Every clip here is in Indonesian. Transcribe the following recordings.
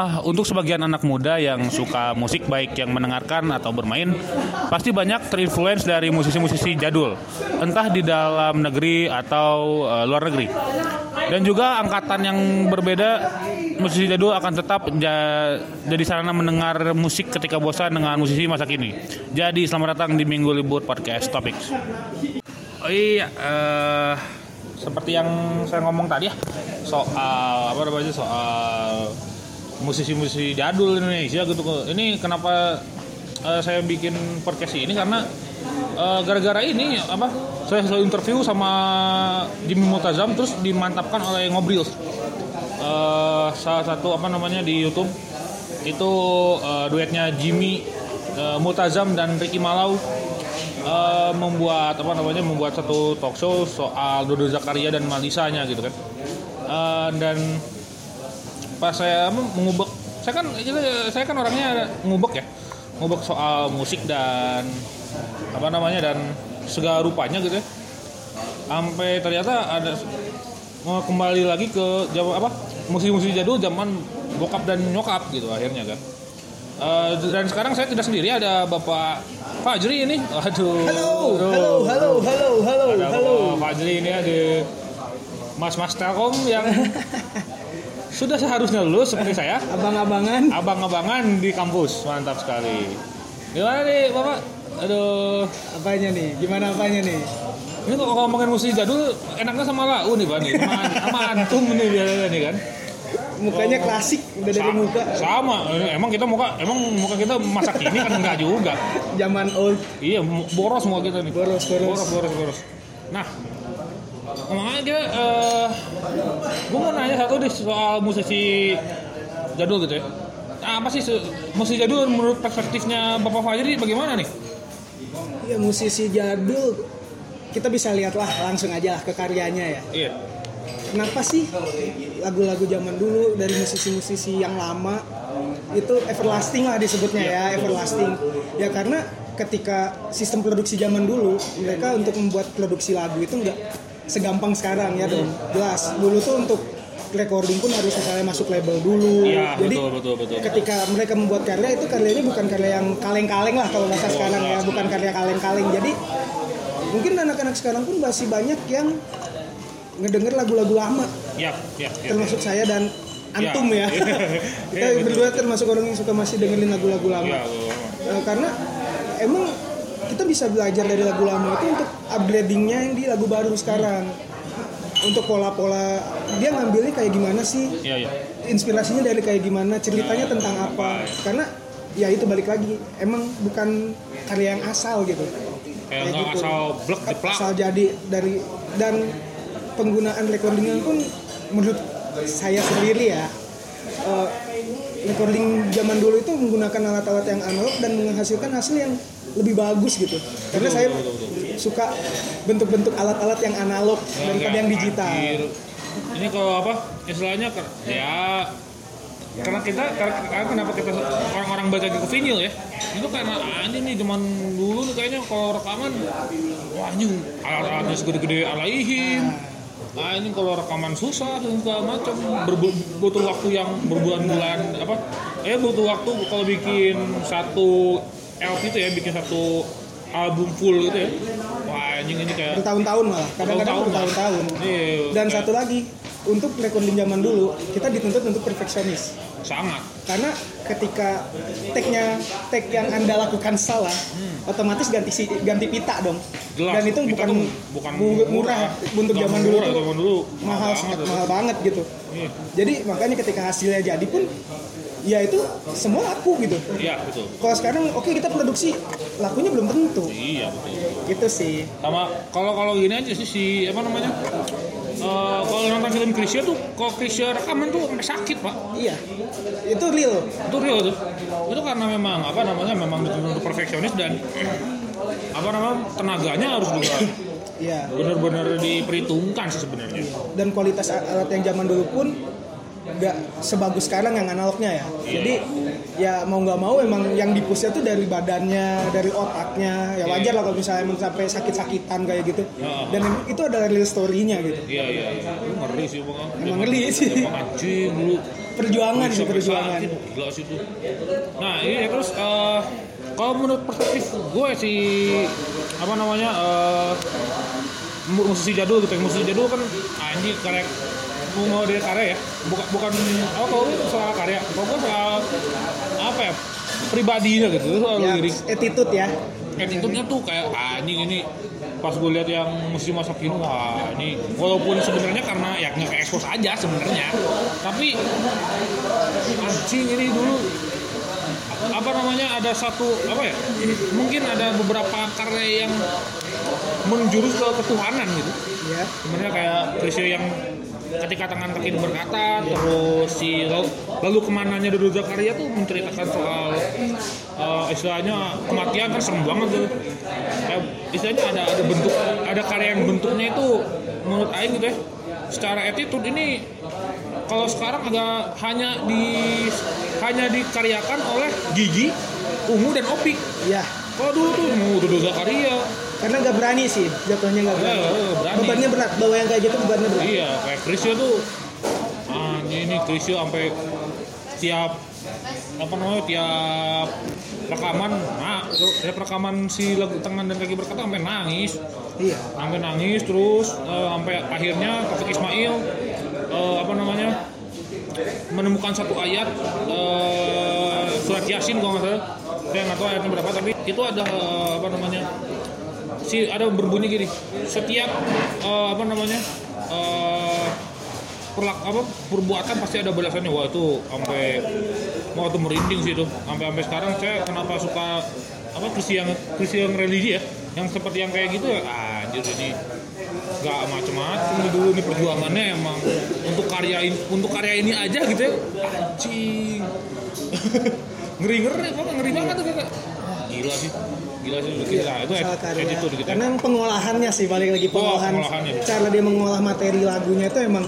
untuk sebagian anak muda yang suka musik, baik yang mendengarkan atau bermain, pasti banyak terinfluence dari musisi-musisi jadul, entah di dalam negeri atau luar negeri. Dan juga angkatan yang berbeda, musisi jadul akan tetap jadi sarana mendengar musik ketika bosan dengan musisi masa kini. Jadi selamat datang di Minggu Libur Podcast Topics. Oh iya, seperti yang saya ngomong tadi ya, soal musisi-musisi jadul Indonesia gitu. Ini kenapa saya bikin podcast ini karena gara-gara ini saya selalu interview sama Jimmy Multazam, terus dimantapkan oleh Ngobril. Salah satu di YouTube itu duetnya Jimmy Multazam dan Ricky Malau membuat satu talk show soal Dodo Zakaria dan Malisanya gitu kan. Dan pas saya mengubek, saya kan orangnya ngubek soal musik dan dan segala rupanya gitu ya. Sampai ternyata ada mau kembali lagi ke musik-musik jadul zaman bokap dan nyokap gitu akhirnya kan. Dan sekarang saya tidak sendiri, ada Bapak Fajri ini. Halo. Bapak Fajri ini ada Mas Telkom yang sudah seharusnya lulus seperti saya. Abang-abangan di kampus, mantap sekali. Gimana nih Bapak? Aduh, Gimana apanya nih? Ini kalau ngomongin musik jadul enaknya sama Lau nih Pak nih, sama Antum nih biasanya nih kan. Mukanya klasik udah dari muka. Sama, emang muka kita masa kini kan enggak juga. Zaman old. Iya, boros semua kita nih. Boros. Nah, ngomong aja, gue mau nanya satu deh soal musisi jadul gitu ya. Apa sih musisi jadul menurut perspektifnya Bapak Fajri bagaimana nih? Ya, musisi jadul kita bisa lihatlah langsung aja lah ke karyanya ya. Iya. Kenapa sih lagu-lagu zaman dulu dari musisi-musisi yang lama itu everlasting lah disebutnya ya, everlasting. Ya karena ketika sistem produksi zaman dulu, mereka untuk membuat produksi lagu itu nggak segampang sekarang ya dong. Jelas dulu tuh untuk recording pun harus misalnya masuk label dulu. Ya, jadi betul. ketika mereka membuat karya itu karyanya bukan karya yang kaleng-kaleng lah kalau bahasa sekarang ya, bukan karya kaleng-kaleng. Jadi mungkin anak-anak sekarang pun masih banyak yang ngedenger lagu-lagu lama. Ya. Termasuk saya dan Antum ya. Kita berdua termasuk orang yang suka masih dengerin lagu-lagu lama. Karena emang kita bisa belajar dari lagu lama itu untuk upgradingnya yang di lagu baru sekarang. Untuk pola-pola dia ngambilnya kayak gimana sih? Iya. Inspirasinya dari kayak gimana? Ceritanya tentang apa? Karena ya itu balik lagi, emang bukan karya yang asal gitu. Kayak nggak gitu. Asal blek jeplak. Asal jadi dari, dan penggunaan recordingnya pun menurut saya sendiri ya, recording zaman dulu itu menggunakan alat-alat yang analog dan menghasilkan hasil yang lebih bagus gitu. Karena saya suka bentuk-bentuk alat-alat yang analog daripada yang digital. Ini kalau istilahnya ya karena kenapa kita orang-orang balik lagi ke vinyl ya, itu karena nih zaman dulu tuh kayaknya kalau rekaman alat-alatnya segede-gede alaihim. Nah ini kalau rekaman susah dan segala macam, butuh waktu yang berbulan-bulan butuh waktu kalau bikin satu LP itu ya, bikin satu album full gitu ya. Wah ini kayak bertahun-tahun malah, kadang-kadang bertahun-tahun. Dan satu lagi, untuk recording zaman dulu kita dituntut untuk perfeksionis. Sangat. Karena ketika take yang Anda lakukan salah, otomatis ganti pita dong. Jelas, dan itu bukan murah untuk zaman dulu. Mahal banget gitu. Iya. Jadi makanya ketika hasilnya jadi pun ya itu semua laku gitu. Iya, betul. Kalau sekarang kita produksi, lakunya belum tentu. Iya, betul. Gitu sih. Sama kalau gini aja sih kalau nonton film Krisya tuh, kalau Krisya rekaman tuh sampai sakit Pak. Iya, itu real tuh. Itu karena memang memang betul-betul perfeksionis dan tenaganya harus juga benar-benar diperhitungkan sih sebenarnya. Dan kualitas alat yang zaman dulu pun nggak sebagus sekarang yang analognya ya. Jadi ya mau nggak mau emang yang dipusnya tuh dari badannya, dari otaknya. Ya wajar lah kalau misalnya sampai sakit-sakitan kayak gitu. Dan itu adalah real story-nya gitu. Iya. Ngeri sih bang. Emang ngeri sih. Emang anjing dulu. perjuangan sih, Sampai perjuangan. sakit, gila sih itu. Nah ini terus kalau menurut perspektif gue sih apa namanya musisi jadul gitu. Musisi jadul kan anjing karya mau dari karya ya, bukan kalau lu soal karya, kalau gue soal apa ya pribadinya gitu, soal Ya, lirik. attitude ya. Attitude-nya tuh kayak anjing ini pas gue lihat yang musisi masa kini, wah ini walaupun sebenarnya karena ya nggak ekspos aja sebenarnya, tapi anjing ini dulu apa namanya ada satu apa ya, mungkin ada beberapa karya yang menjurus ke ketuhanan gitu. Ya. Sebenarnya kayak Krisya yang ketika tangan kaki berkata, terus si lalu kemananya Dodo Zakaria tuh menceritakan soal istilahnya kematian kan serem banget tuh. Kayak istilahnya ada bentuk, ada karya yang bentuknya itu menurut Aing gitu ya. Secara attitude ini kalau sekarang agak hanya dikaryakan oleh Gigi, Ungu dan Opik. Ya. Kalau dulu tuh mau Dodo Zakaria. Karena nggak berani sih, jatuhnya nggak berani. Berani. Bebannya berat, bawa yang kayak gitu bebannya berat. Iya, kayak Krisya tuh ini Krisya sampai tiap rekaman, tiap rekaman si lagu Tangan dan Kaki Berkata sampai nangis. Iya. Sampai nangis terus sampai akhirnya Taufik Ismail menemukan satu ayat surat Yasin kalau nggak salah. Saya nggak tahu ayatnya berapa, tapi itu ada ada berbunyi gini, setiap perbuatan pasti ada balasannya. Wah itu sampai mau tuh merinding sih itu. Sampai sekarang saya kenapa suka Krisi yang religi ya, yang seperti yang kayak gitu ya, anjir ini nggak macam-macam nih dulu nih perjuangannya emang untuk karya ini aja gitu ya, anjing. ngeri banget tuh kakak. Gila sih Iya, itu attitude gitu. Karena pengolahannya sih, balik lagi pengolahannya. Cara dia mengolah materi lagunya itu emang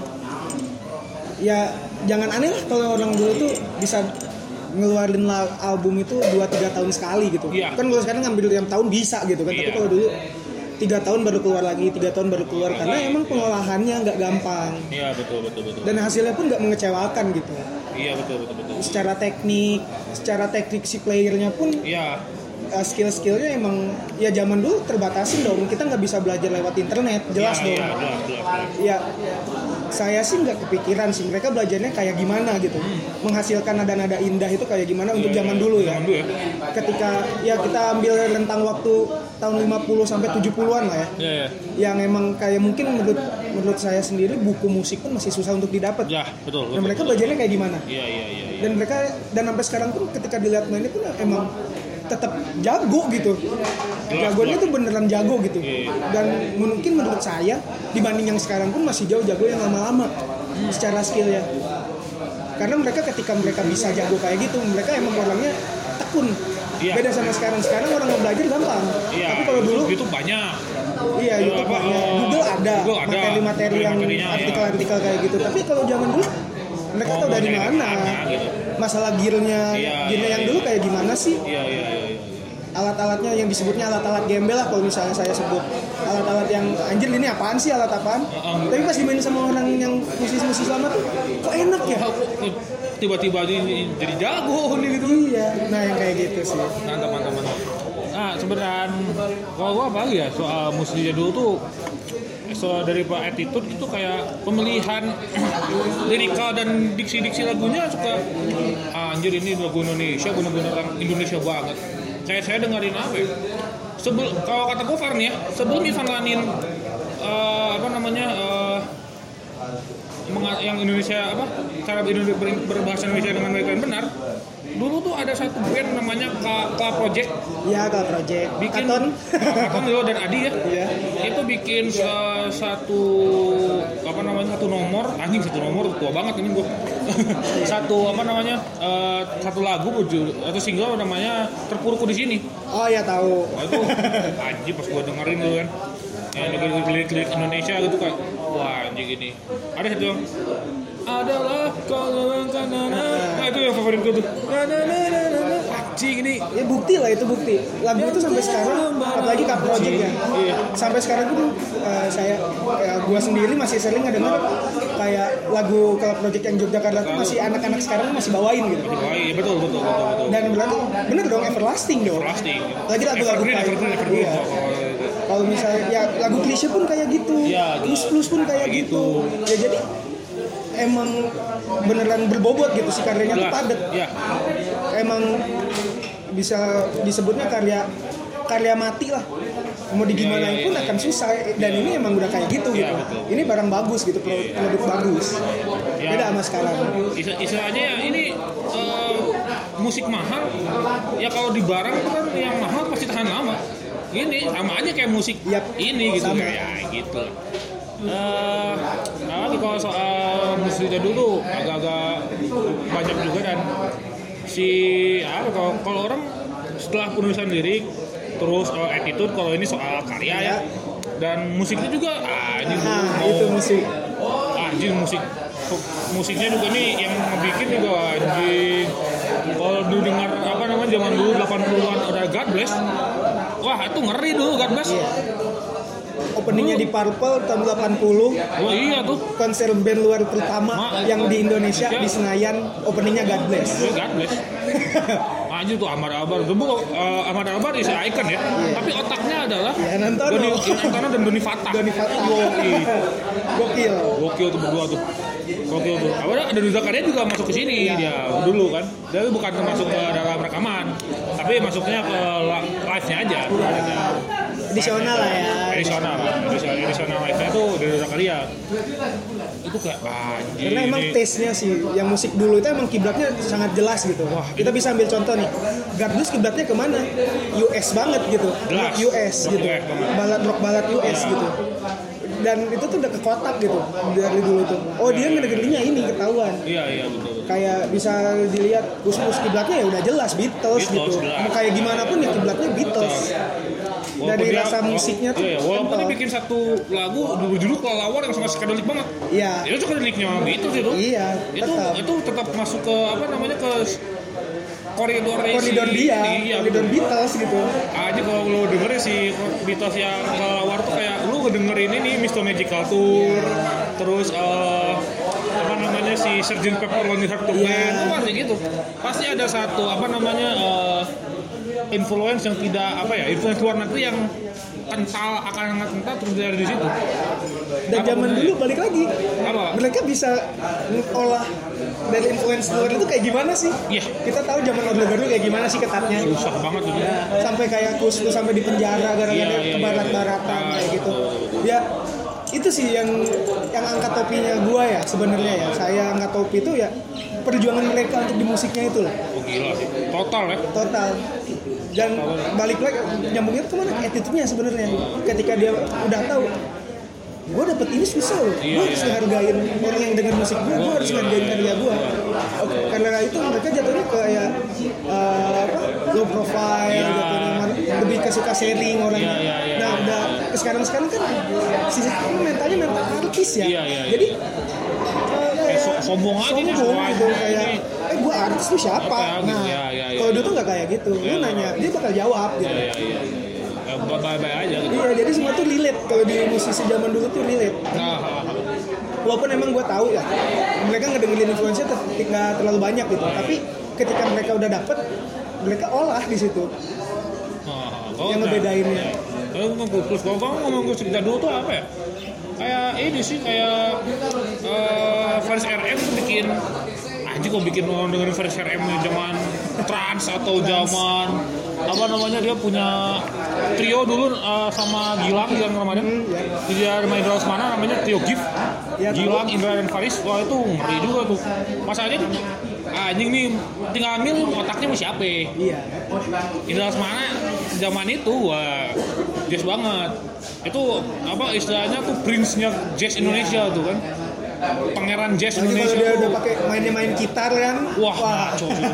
ya jangan aneh lah kalau orang dulu tuh bisa ngeluarin album itu 2-3 tahun sekali gitu. Iya. Kan kalau sekarang ngambil tiap tahun bisa gitu kan. Iya. Tapi kalau dulu 3 tahun baru keluar lagi, 3 tahun baru keluar karena emang pengolahannya nggak gampang. Iya betul. Dan hasilnya pun nggak mengecewakan gitu. Iya betul. Secara teknik si playernya pun Iya. Skill-skillnya emang ya zaman dulu terbatasin dong, kita nggak bisa belajar lewat internet, jelas dong. Ya saya sih nggak kepikiran sih mereka belajarnya kayak gimana gitu, menghasilkan nada-nada indah itu kayak gimana untuk zaman dulu ya. Ketika ya kita ambil rentang waktu tahun 50 sampai 70-an lah ya. Iya. Yang emang kayak mungkin menurut saya sendiri buku musik pun masih susah untuk didapat. Ya, betul. Dan mereka belajarnya kayak gimana? Iya. Dan sampai sekarang pun ketika dilihat mainnya pun emang tetap jago gitu. Jagonya tuh beneran jago gitu. Dan mungkin menurut saya dibanding yang sekarang pun masih jauh jago yang lama-lama secara skillnya. Karena ketika mereka bisa jago kayak gitu, mereka emang orangnya tekun. Iya. Beda sama sekarang orang mau belajar gampang. Iya. Tapi kalau dulu YouTube banyak. Iya, YouTube banyak. Google ada materi-materi yang artikel-artikel kayak gitu. Tapi kalau zaman dulu mereka tahu dari mana gitu. Masalah gearnya yang dulu kayak gimana sih? Iya. Alat-alatnya yang disebutnya alat-alat gembel lah kalau misalnya saya sebut. Alat-alat yang anjir ini apaan sih, alat apaan? Tapi pas dimainin sama orang yang musisi lama tuh kok enak ya? Tiba-tiba jadi jago nih gitu. Iya, nah yang kayak gitu sih. Mantap. Nah sebenarnya kalau gua apa lagi ya soal musisi jadul tuh dari Pak Attitude itu kayak pemilihan lirikal dan diksi lagunya suka anjir ini lagu Indonesia bener-bener Indonesia banget. Kayak saya dengerin apa ya? Kalau kata Gofar nih ya, sebelum Ivan Lanin yang Indonesia cara berbahasa Indonesia dengan baik dan benar. Dulu tuh ada satu band namanya K Project. Iya, K Project. Bikin Katon Leo dan Adi ya. Iya. Itu bikin satu nomor, satu nomor tua banget ini gua. Satu lagu atau single namanya Terpurukku di Sini. Oh ya tahu. Nah, itu anjing pas gua dengerin dulu kan. Lirik Indonesia gitu kayak wah anjing gini. Ada satu yang adalah kalau nah itu yang favorit gue tuh. anjing ini. Ya bukti lah, itu bukti. Lagu itu sampai sekarang, apalagi Cup Project ya. Iya. Sampai sekarang tuh gua sendiri masih sering ngedenger kayak lagu Cup Project yang Yogyakarta tuh masih anak-anak sekarang masih bawain gitu. Iya betul. Dan berarti bener dong everlasting dong. Everlasting. Lagi lagu-lagu kayak iya. Kalau misalnya ya lagu klise pun kayak gitu. Iya, Plus pun kayak gitu. Ya jadi emang beneran berbobot gitu sih, karyanya tuh padat. Iya. Emang bisa disebutnya karya mati lah. Mau digimanain pun akan susah, dan ini emang udah kayak gitu gitu. Betul. Ini barang bagus gitu, produk bagus. Beda sama sekarang. Istilahnya ya ini musik mahal ya, kalau di barang itu kan yang mahal pasti tahan lama. Ini sama aja kayak musik ini gitu, kayak gitu. Lagi kalau soal musiknya dulu agak-agak banyak juga, dan kalau orang setelah penulisan lirik terus attitude, kalau ini soal karya ya, dan musiknya juga itu musik musiknya juga nih yang bikin juga anjing. Kalau dulu dengar zaman dulu 80-an ada God Bless, wah itu ngeri dulu God Bless. Openingnya di Purple tahun 80. Oh iya tuh. Konser band luar pertama yang di Indonesia di Senayan, openingnya God Bless. God Bless. Anjir tuh Ahmad Albar. Ahmad Albar is icon ya. Tapi otaknya adalah Antono dan Doni Fatah. Gokil tuh berdua tuh. Gokil tuh. Awalnya ada Duda Karya juga masuk ke sini dia dulu kan. Dia bukan termasuk ke dalam rekaman, tapi masuknya ke live-nya aja. Edisional lah ya. Edisional live-nya tuh dari Duda Karya. Itu kayak anjir. Karena emang taste-nya sih, yang musik dulu itu emang kiblatnya sangat jelas gitu. Wah, kita bisa ambil contoh nih. God Bless kiblatnya kemana? US banget gitu. Jelas. US gitu. Rock balad US gitu. Dan itu tuh udah ke kotak gitu dari dulu tuh. Oh dia ngedengerinnya ini ketahuan. Iya betul. Kayak bisa dilihat khusus kiblatnya ya udah jelas Beatles gitu. Mau kayak gimana pun ya kiblatnya Beatles. Dari rasa musiknya tuh. Iya, walaupun dia bikin satu lagu dulu kelelawar yang sangat psychedelic banget. Iya. Itu psychedelicnya Beatles itu. Iya. Itu tetap masuk ke ke koridor dia, koridor Beatles gitu. Aja kalau lo dengerin si Beatles yang kelelawar tuh kayak lu ngedengerin ini Mr. Magical Tour, terus si Sgt. Pepper Lonely Hearts Club Band, itu pasti gitu. Pasti ada satu influence yang tidak influence luar negeri yang akan sangat kental terus dari di situ. Dan zaman dulu balik lagi, mereka bisa olah dari influence luar itu kayak gimana sih? Iya. Kita tahu zaman Orde Baru kayak gimana sih ketatnya. Susah banget gitu. Sampai kayak Kus tuh sampai di penjara gara-gara ke barat-baratan kayak gitu. Ya itu sih yang angkat topinya gua ya sebenarnya ya. Saya angkat topi itu ya perjuangan mereka untuk di musiknya itu loh. Oh gila sih. Total ya. Total. Dan balik lagi nyambungnya kemana? Attitude-nya sebenarnya. Ketika dia udah tahu gue dapet ini susah loh, gue harus menghargain orang yang denger musik gue harus menghargain karya gue. Karena itu mereka jatuhnya kayak low profile, jatuhnya lebih suka sharing orangnya. Nah udah sekarang kan sisi mentalnya mental artis ya. Jadi sombong aja gitu kayak gue artis tuh siapa? Nah kalau dia tuh nggak kayak gitu, lu nanya dia bakal jawab gitu. Bye-bye aja gitu. Iya, jadi semua tuh relate. Kalau di musisi zaman dulu tuh relate. Walaupun emang gue tahu ya, mereka ngedengerin influence-nya nggak terlalu banyak gitu. Tapi ketika mereka udah dapet, mereka olah di situ. Yang ngebedainnya. Kalau kamu ngomong musik jadul tuh apa ya? Kayak ini sih, kayak Faris RM tuh bikin kok bikin orang dengerin Faris RM zaman trans atau zaman dia punya trio dulu sama Gilang Ramadan. Dia main Indra Lesmana namanya trio Gift. Gilang, Indra dan Faris. Wah itu ngeri juga tuh. Masalahnya anjing nih tinggal ambil otaknya mau siapa? Iya. Indra Lesmana zaman itu wah jazz banget. Itu istilahnya tuh prince-nya jazz Indonesia tuh kan. Pangeran jazz Indonesia. Kalau dia udah pakai main gitar kan. Wah.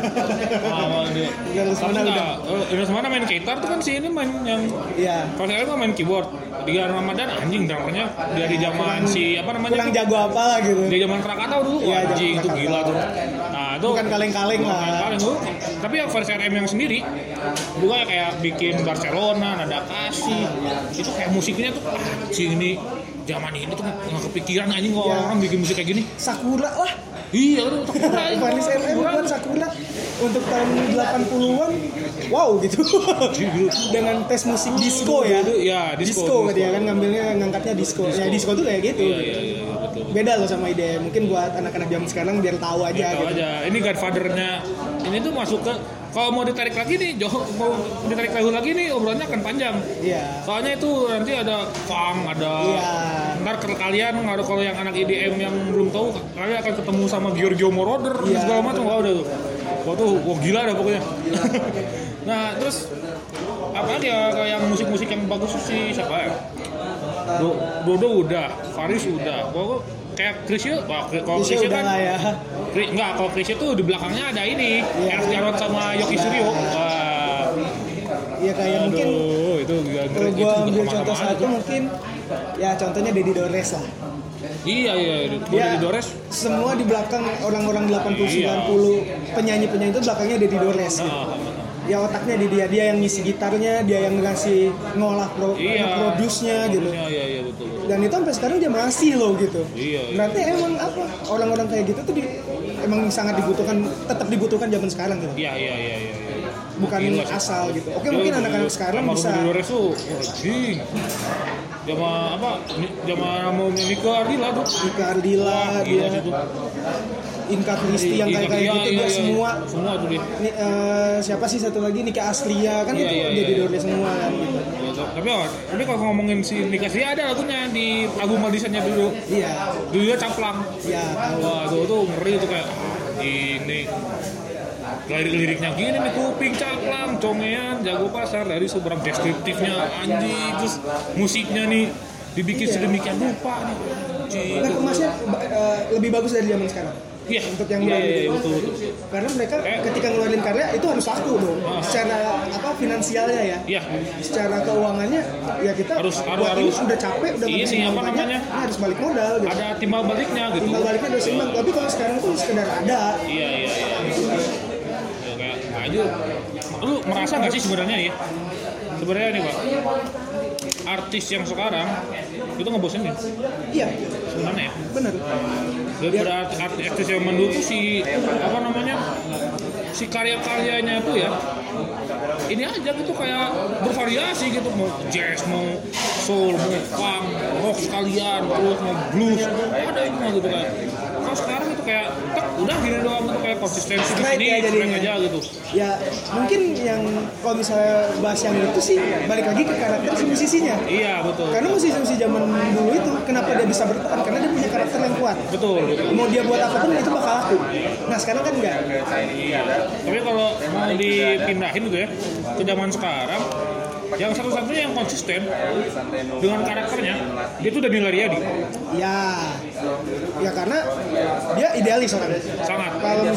Dia mana main gitar tuh kan si ini main yang. Iya. Kalau saya kan main keyboard. Dia Ramadan anjing drummernya dari zaman kurang jago apalah gitu. Di zaman Krakatau dulu anjing itu gila tuh. Nah, tuh bukan kaleng-kaleng lah. Kaleng-kaleng tuh. Tapi yang versi RM yang sendiri juga kayak bikin Barcelona, Nada Kasih. Itu kayak musiknya tuh ini zaman ini tuh nggak kepikiran anjing kalau orang bikin musik kayak gini. Sakura lah. Iya tuh Sakura. Vanis RM bukan Sakura untuk tahun 80-an. Wow gitu. Dengan tes musik disco ya. Iya, disco dia kan ngangkatnya disco. Ya disco tuh kayak gitu. Iya, betul. Beda loh sama ide. Mungkin buat anak-anak zaman sekarang biar tahu aja tahu gitu. aja. Ini Godfather-nya ini tuh masuk ke kalau mau ditarik lagi nih, mau ditarik lagi nih obrolannya akan panjang. Iya. Soalnya itu nanti ada funk, ada ntar kalian kalau yang anak EDM yang belum tahu kalian akan ketemu sama Giorgio Moroder segala macam. Udah tuh. Wah gila dah pokoknya. Nah terus apa lagi ya yang musik-musik yang bagus sih siapa ya? Dodo udah, Faris udah. Pokoknya kayak Krisya, kalau Krisya kan ya. Enggak, kalau Krisya tuh di belakangnya ada ini, Eros Jarod sama Yoki Suryo. Wah. Iya kayak mungkin itu kalau gua ambil contoh satu mungkin ya contohnya Dedi Dores lah. Iya, Dedi Dores. Semua di belakang orang-orang 80-90 penyanyi-penyanyi itu belakangnya Dedi Dores gitu. Ya otaknya dia yang ngisi gitarnya, dia yang ngasih ngolah produce-nya gitu. Iya, betul. Dan itu sampai sekarang dia masih loh gitu. Iya. Berarti emang apa? Orang-orang kayak gitu tuh emang sangat dibutuhkan, tetap dibutuhkan zaman sekarang gitu. Iya. Bukan asal gitu. Oke, mungkin anak-anak sekarang bisa. Dedi Dores tuh, Jama Nika Ardila tuh. Nika Ardila, dia Inka Kristi yang kayak gitu dia semua tuh dia. Siapa sih satu lagi Nika Astria kan itu jadi Dores semua kan gitu. Tapi kalau ngomongin si Nika Astria ada lagunya di lagu Madisannya dulu. Iya. Dulu dia Caplang. Iya. Wah, tuh ngeri tuh kayak ini liriknya gini nih, kuping caplang, congean, jago pasar, dari seberang deskriptifnya anjing, terus musiknya nih dibikin sedemikian rupa nih. Nah, kemasnya lebih bagus dari zaman sekarang. Iya. Untuk yang baru. Betul. Karena mereka ketika ngeluarin karya itu harus laku dong. Secara finansialnya ya. Iya. Secara keuangannya ya kita harus ini udah capek, udah namanya? Harus balik modal gitu. Ada timbal baliknya gitu. Timbal baliknya udah seimbang, tapi kalau sekarang tuh sekedar ada. Iya. Kayak aja. Lu merasa nggak sih sebenarnya nih Pak? Artis yang sekarang itu ngebosenin. Iya. Sebenarnya ya. Benar. Daripada artis yang dulu tuh si karya-karyanya tuh ya ini aja gitu kayak bervariasi gitu, mau jazz, mau soul, mau funk, rock sekalian, terus mau blues, ada itu gitu kayak. Kalau sekarang itu kayak udah gini doang gitu, kayak konsistensi di sini keren aja gitu. Ya mungkin yang kalau misalnya bahas yang itu sih balik lagi ke karakter si musisinya. Iya betul. Karena musisi zaman dulu itu kenapa dia bisa bertahan? Karena dia punya karakter yang kuat. Betul. Mau dia buat apapun itu bakal laku. Nah sekarang kan enggak. Tapi kalau mau dipindahin gitu ya ke zaman sekarang, yang satu-satunya yang konsisten dengan karakternya dia tuh Daniel Riyadi. Ya karena dia idealis orangnya. Sangat.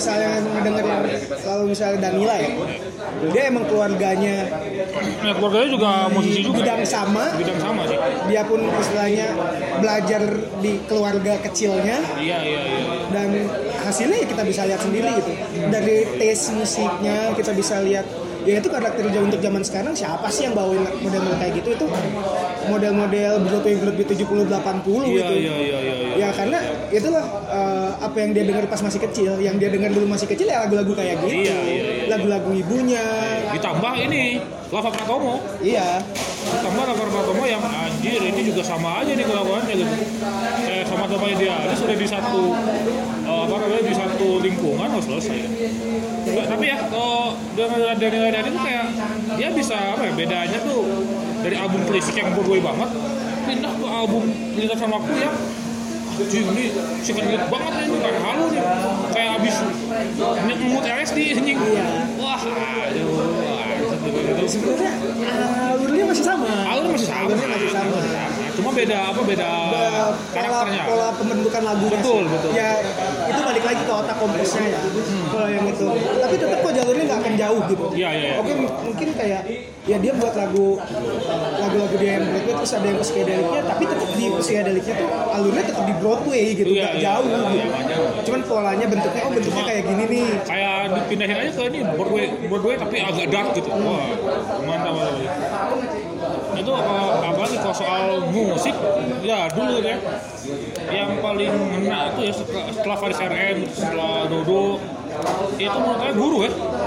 Kalau misalnya Danila ya, dia emang keluarganya. Nah, keluarganya juga musisi juga. Bidang sama sih. Dia pun istilahnya belajar di keluarga kecilnya. Iya. Dan hasilnya ya kita bisa lihat sendiri gitu. Dari taste musiknya kita bisa lihat. Ya itu karakter untuk zaman sekarang siapa sih yang bawain model-model kayak gitu, itu model-model grup 70 80 gitu. Iya. Ya karena itulah apa yang dia dengar pas masih kecil, yang dia dengar dulu masih kecil ya lagu-lagu kayak gitu. Iya. Lagu-lagu ibunya. Ditambah ini Lava Pratomo. Iya. Ditambah Lava Pratomo yang anjir ini juga sama aja nih kelakuannya gitu. Sama-sama dia sudah di satu di satu lingkungan selesai. Tapi ya kalau dengan Daniel Riyadi itu kayak dia bisa bedanya tuh dari album klasik yang Broadway banget pindah ke album Lintasan Waktu yang ini psikodelik banget ini kayak halu nih, kayak abis ngemut LSD anjing. Wah sebenarnya alurnya masih sama. Cuma beda karakternya. Pola pembentukan lagunya. Betul. Ya itu balik lagi ke otak komposnya ya. Kalau yang itu. Tapi tetap kok jalurnya nggak akan jauh gitu. Iya. Oke, mungkin kayak ya dia buat lagu-lagu dia yang Broadway terus ada yang psychedelicnya, tapi tetap di psychedelicnya tuh alurnya tetap di Broadway gitu, nggak jauh gitu. Cuman polanya bentuknya kayak gini nih. Kayak dipindahin aja ke ini Broadway tapi agak dark gitu. Wah, mantap. Itu apalagi kalau soal musik ya dulu ya yang paling ngena itu ya setelah Faris RM, setelah Dodo itu menurut saya Guru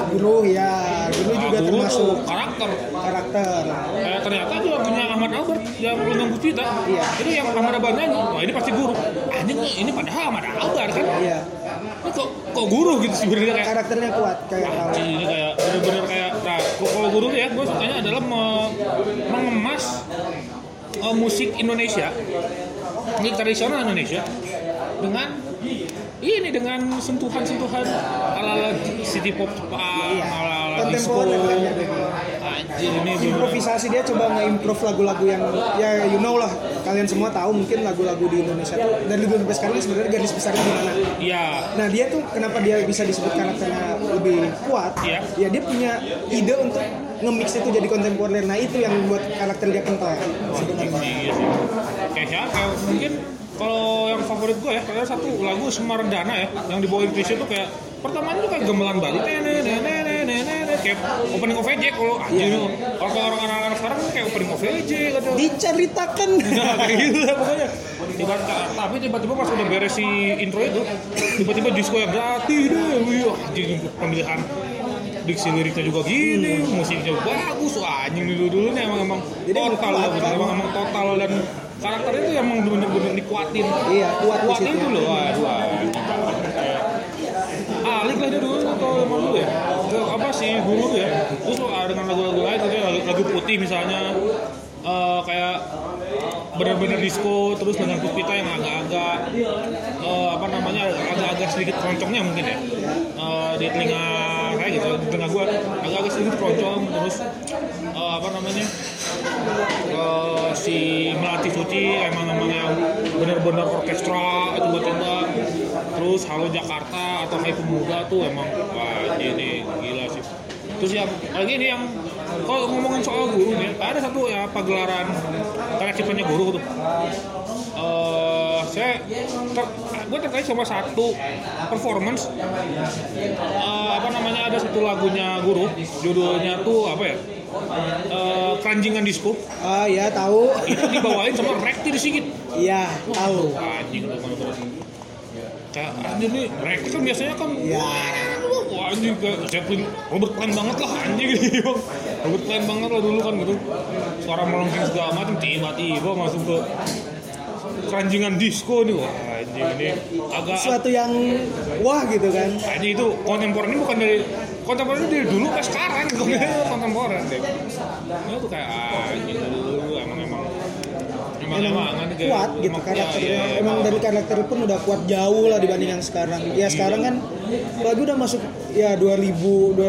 juga Guru termasuk karakter ternyata itu lagunya Ahmad Albert yang Lenggang Pucita itu yang Ahmad Albert nyanyi, wah ini pasti Guru, ini padahal Ahmad Albert kan, ini kok Guru gitu sebenarnya, kayak karakternya kuat kayak ini kayak bener-bener kayak kalau Guru ya gue sukanya adalah mengemas musik Indonesia, musik tradisional Indonesia dengan sentuhan-sentuhan ala-ala city pop Jepang, ala-ala disco. Anjir, ini improvisasi dia coba nge-improve lagu-lagu yang ya lah, kalian semua tahu mungkin lagu-lagu di Indonesia tuh dari dulu sampai sekarang sebenarnya garis besarnya gimana. Iya. Nah, dia tuh kenapa dia bisa disebut karakternya lebih kuat? Iya. Ya dia punya ide untuk nge-mix itu jadi kontemporer. Nah, itu yang membuat karakter dia kental sebenarnya. Iya sih. Kayak mungkin kalau yang favorit gue ya, ada satu lagu Semardana ya, yang dibawain Krisya tuh kayak pertamanya tuh kayak gamelan Bali, kayak opening of VJ kalau orang anak sekarang kayak opening of VJ gitu. Diceritakan. Nah, kayak gitu lah pokoknya. Tapi tiba-tiba pas udah beres si intro itu, tiba-tiba disco yang jati deh, jadi pemilihan diksi liriknya juga gini, musiknya bagus, anjing dulu nih emang total dan karakternya itu emang bener-bener dikuatin. Iya, kuat itu loh. Alik lah dia dulu atau emang dulu ya. Apa sih Guru ya. Terus dengan lagu-lagu lain lagu Putih misalnya kayak bener-bener disco, terus dengan Puspita yang agak-agak agak-agak sedikit keroncongnya mungkin ya. Di telinga kayak gitu, di telinga gue agak-agak sedikit keroncong, terus si Melati Suci emang yang benar-benar orkestra itu tiba-tiba, terus Halo Jakarta atau Hai Pemuda tuh emang wah ini gila sih. Terus yang lagi ini yang kalau ngomongin soal Guru nih, ada satu ya pagelaran karya ciptanya Guru tuh. Gue terkait sama satu performance ada satu lagunya Guru, judulnya tuh apa ya, Keranjingan Disco. Ya tahu. Itu dibawain sama Rekti Sigit. Iya tahu. Anjing tuh kayak anjing nih Rekti kan biasanya kan wah anjing kayak Zeppelin Robert Plant banget lah anjing gitu. Robert Plant banget lah dulu kan gitu, suara melengking segala macam, tiba-tiba masuk ke Keranjingan Disco nih, wah anjing ini agak suatu yang wah gitu kan. Anjing itu kontemporer ini bukan dari kontemporer dari dulu ke sekarang gitu, kontemporer deh. Ini tuh kayak anjing dulu emang kuat gitu karakternya. Emang dari karakter pun udah kuat jauh lah dibanding yang sekarang. Ya sekarang kan lagu udah masuk ya 2010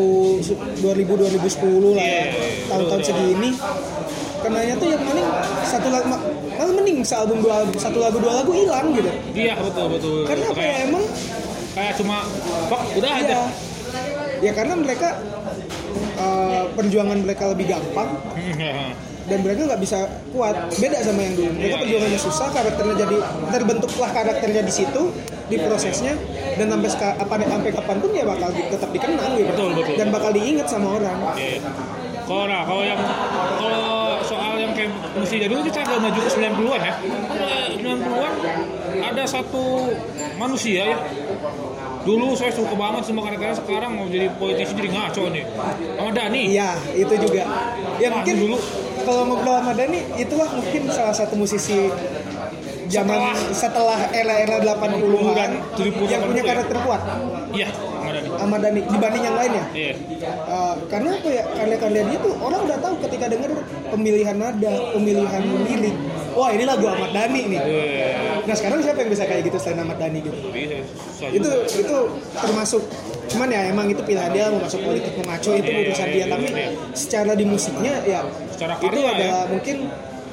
lah ya. Tahun-tahun segini. Kenanya tuh yang paling malah mending sealbum satu lagu dua lagu hilang gitu. Iya betul. Karena apa ya, emang kayak cuma udah aja. Ya karena mereka perjuangan mereka lebih gampang. Dan mereka nggak bisa kuat, beda sama yang dulu. Mereka perjuangannya susah, karakternya jadi terbentuklah karakternya di situ, di prosesnya, dan sampai kapanpun ya bakal tetap dikenang gitu. Betul. Dan bakal diingat sama orang. Kalau soal yang kayak musik jadul kita agak maju ke 90-an ya. 90-an ada satu manusia ya. Dulu saya suka banget sama karakternya, sekarang mau jadi politisi jadi ngaco nih. Ahmad Dhani. Iya, itu juga. Ya mungkin dulu kalau ngobrol sama Dhani, itulah mungkin salah satu musisi zaman setelah era-era 80-an dan 70-an yang punya karakter kuat. Iya, Ahmad Dhani dibanding yang lainnya. Iya. Karena apa ya, karya-karya dia tuh orang udah tahu ketika denger pemilihan nada, pemilihan lirik. Wah, ini lagu Ahmad Dhani nih. Nah, sekarang siapa yang bisa kayak gitu selain Ahmad Dhani gitu? Itu termasuk, cuman ya emang itu pilihan dia mau masuk politik, mau ngaco itu urusan dia, tapi secara di musiknya ya secara itu adalah mungkin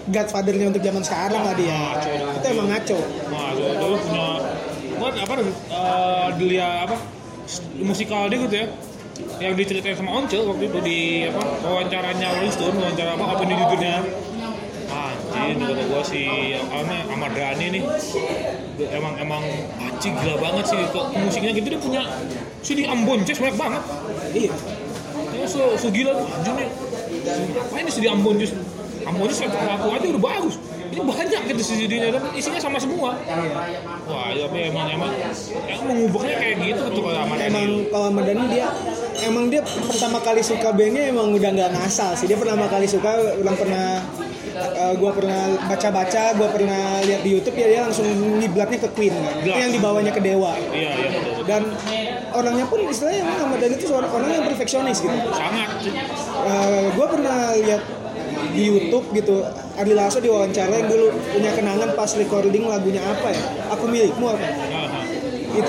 Godfather-nya untuk zaman sekarang lah dia. Itu emang ngaco. Nah, dulu punya apa dia apa musikal dia gitu ya. Yang diceritain sama Once waktu itu di apa wawancaranya Rolling Stone, wawancara apa opini jujurnya. Anjing kata gue si Ahmad Dhani nih emang anjing gila banget sih kok musiknya gitu dia punya CD Ambon Jazz banyak banget. Iya. Ya so gila tuh anjing nih. Apa ini CD Ambon Jazz? Ambon Jazz aku aja udah bagus. Ini banyak gitu CD-nya dan isinya sama semua. Wah, ya emang mengubahnya kayak gitu tuh kalau Ahmad Dhani. Emang kalau Ahmad Dhani dia pertama kali suka bandnya emang udah nggak ngasal sih. Dia pertama kali suka gue pernah baca-baca, gue pernah lihat di YouTube ya dia langsung ngiblatnya ke Queen kan. Itu yang dibawanya ke Dewa. Iya betul. Dan orangnya pun istilahnya emang Ahmad Dhani itu seorang orang yang perfeksionis gitu. Sangat. Gue pernah lihat di YouTube gitu Ari Lasso diwawancara yang dulu punya kenangan pas recording lagunya apa ya? Aku Milikmu apa? Itu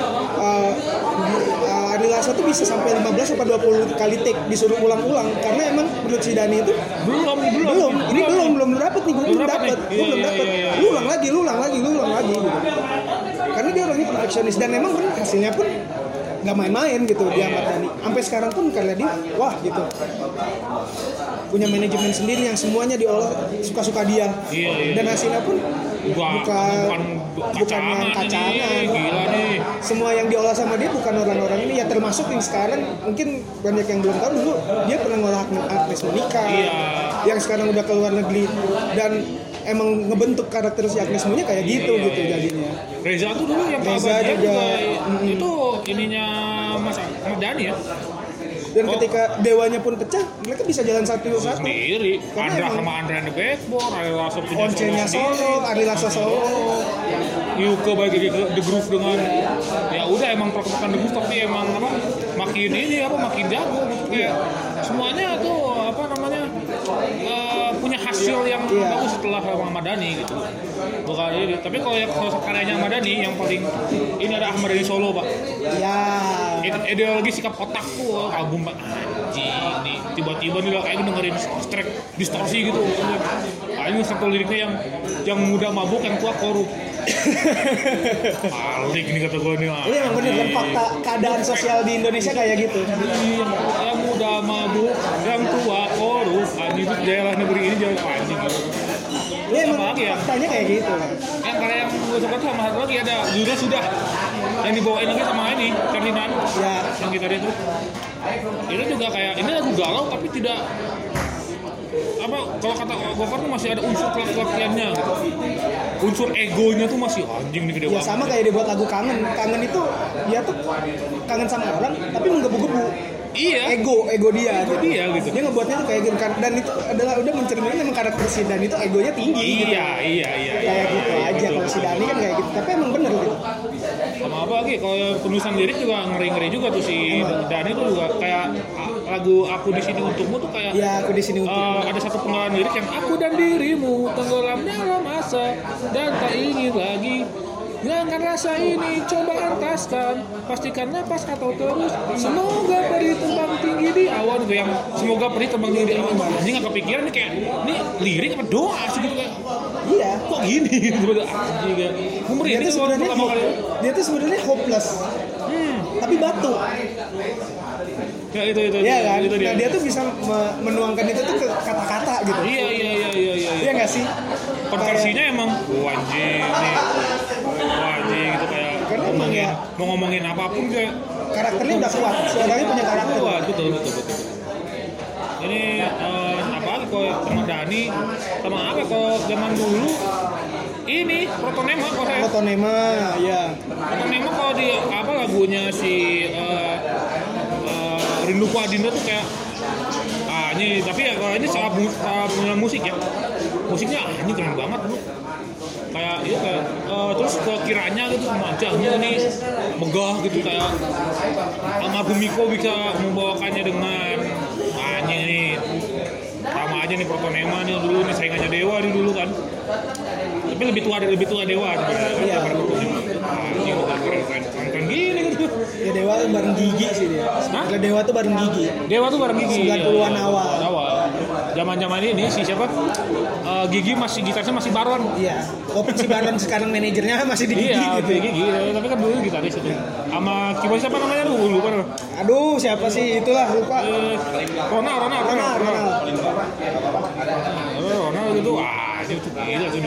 Ari Lasso tuh bisa sampai 15 atau 20 kali take disuruh ulang-ulang karena emang menurut si Dhani itu belum dapet nih gue belum dapet lu ulang lagi gitu. Karena dia orangnya perfeksionis dan emang benar hasilnya pun nggak main-main gitu dia Ahmad Dhani sampai sekarang pun karena dia wah gitu punya manajemen sendiri yang semuanya diolah suka-suka dia dan hasilnya pun bukan yang kacangan. Gila nih. Semua yang diolah sama dia bukan orang-orang ini ya termasuk yang sekarang mungkin banyak yang belum tahu dulu dia pernah ngolah Agnes Monica yang sekarang udah keluar negeri dan emang ngebentuk karakter si Agnes Monica kayak gitu jadinya. Reza tuh dulu yang juga itu ininya Mas Ahmad Dhani ya. Dan ketika Dewanya pun pecah, mereka bisa jalan satu-satu. Sendiri. Andra sama Andra and the Backbone, Ari Lasso punya Oncenya solo, Ari Lasso solo. Yuke bagi The Groove dengan ya udah emang perkembangan The Groove tapi emang apa makin jago gitu kayak semuanya tuh apa namanya punya hasil yang bagus setelah Ahmad Dhani gitu. Bukan ini, tapi kalau karyanya Ahmad Dhani yang paling ini ada Ahmad Dhani solo, Pak. Ya. Ideologi sikap otak tuh album anjing nih tiba-tiba nih kayak dengerin track distorsi gitu. Ini satu liriknya yang muda mabuk yang tua korup. Balik nih kata gue nih. Ini emang bener kan fakta keadaan sosial di Indonesia kayak gitu. Yang muda mabuk, yang tua korup. Anjing itu daerah negeri ini jauh anjing gitu. Iya emang faktanya kayak gitu. Yang karya yang gue suka tuh sama satu lagi ada Judul Sudah yang dibawain lagi sama ini Ferdinand yang kita itu juga kayak ini lagu galau tapi tidak apa kalau kata Gofar tuh masih ada unsur laki-lakiannya gitu. Unsur egonya tuh masih anjing nih gede banget. Ya sama kayak dia buat lagu Kangen itu dia tuh kangen sama orang tapi menggebu-gebu. Iya. Ego dia gitu. Dia ngebuatnya tuh kayak gitu dan itu adalah udah mencerminkan memang karakter si Dhani itu egonya tinggi. Iya. Kayak gitu aja kalau si Dhani kan kayak gitu. Tapi emang bener gitu. Sama apa lagi kalau penulisan lirik juga ngeri-ngeri juga tuh si Dhani tuh juga kayak lagu Aku di Sini Untukmu tuh kayak Aku di Sini Untukmu. Ada satu penggalan lirik yang aku dan dirimu tenggelam dalam asa dan tak ingin lagi. Jangan rasa ini, coba entaskan. Pastikan napas atau terus. Semoga perih terbang tinggi di awan. Itu yang semoga perih terbang tinggi di awan. Ini nggak kepikiran nih kayak ini lirik apa doa sih gitu kayak. Iya. Kok gini? Dia tuh sebenarnya hopeless. Tapi batu. Ya itu. Iya kan? Itu dia. Nah, dia tuh bisa menuangkan itu tuh ke kata-kata gitu. Iya. Iya nggak sih? Konversinya emang anjing gitu kayak karena ngomongin, mau ngomongin apapun kayak karakternya udah kuat, suaranya punya karakter. Betul. Ini apa lagi kalau Ahmad Dhani sama apa kalau zaman dulu ini Protonema kalau saya. Protonema kalau di apa lagunya si Rinduku Adinda tuh kayak ini tapi ya kalau ini salah musik ya. Musiknya ini keren banget bro. Kayak terus kiranya gitu semacamnya ini megah gitu kayak almarhum Miko bisa membawakannya dengan nih sama aja nih Protonema nih dulu nih saingannya Dewa nih dulu kan tapi lebih tua Dewa iya keren gini gitu ya Dewa tuh bareng Gigi sih dia. Dewa tuh bareng Gigi 90-an awal zaman ini si siapa Gigi masih gitarisnya masih Baron. Iya. Walaupun si Baron sekarang manajernya masih di Gigi Iya, gitu. Gigi, tapi kan dulu gitaris itu. Sama keyboard siapa namanya lupa. Aduh, siapa sih itulah lupa. Ronald. Ronald gitu, itu gila tuh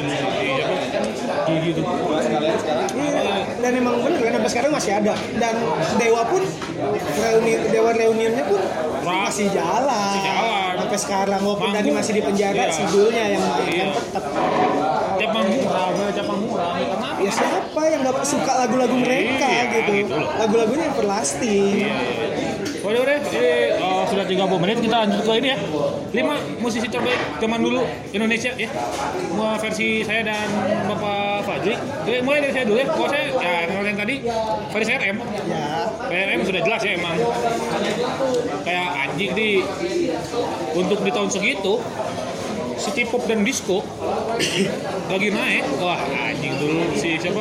Gigi tuh. Iya, dan emang bener kan sampai sekarang masih ada. Dan Dewa pun reuniannya pun masih jalan. Sampai sekarang walaupun Dani masih di penjara, si Dulnya yang main kan tetap. Tiap manggung rame karena Ya siapa yang gak suka lagu-lagu mereka gitu. Lagu-lagunya everlasting. Udah, jadi sudah 30 menit kita lanjut ke ini ya. 5 musisi terbaik zaman dulu Indonesia ya. Semua versi saya dan Bapak Fadli. Jadi mulai dari saya dulu ya. Kalau saya yang tadi Faris RM. Ya. RM sudah jelas ya emang kayak anjing untuk di tahun segitu city pop dan disco lagi naik. Wah anjing dulu si siapa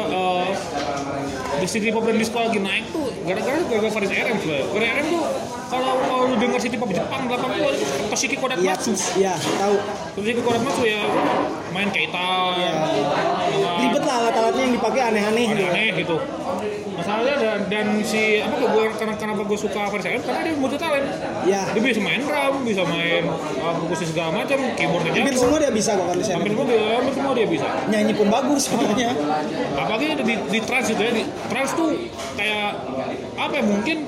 di city pop dan disco lagi naik tuh gara-gara Faris RM juga. Faris RM tuh kalau lu denger city pop Jepang 80 itu Toshiki Kodatmatsu. Iya, tahu. Toshiki Kodatmatsu ya main Keita. Ya. Ribet lah alat-alatnya yang dipakai aneh-aneh gitu. Masalahnya dan si apa kenapa gue suka Faris RM karena dia multi talent. Ya. Dia bisa main drum, bisa main perkusi segala macam, keyboardnya jago. Hampir semua dia bisa kok Faris RM. Hampir semua dia bisa. Nyanyi pun bagus sebenarnya. Apalagi di trance gitu ya, di trance tuh kayak apa ya mungkin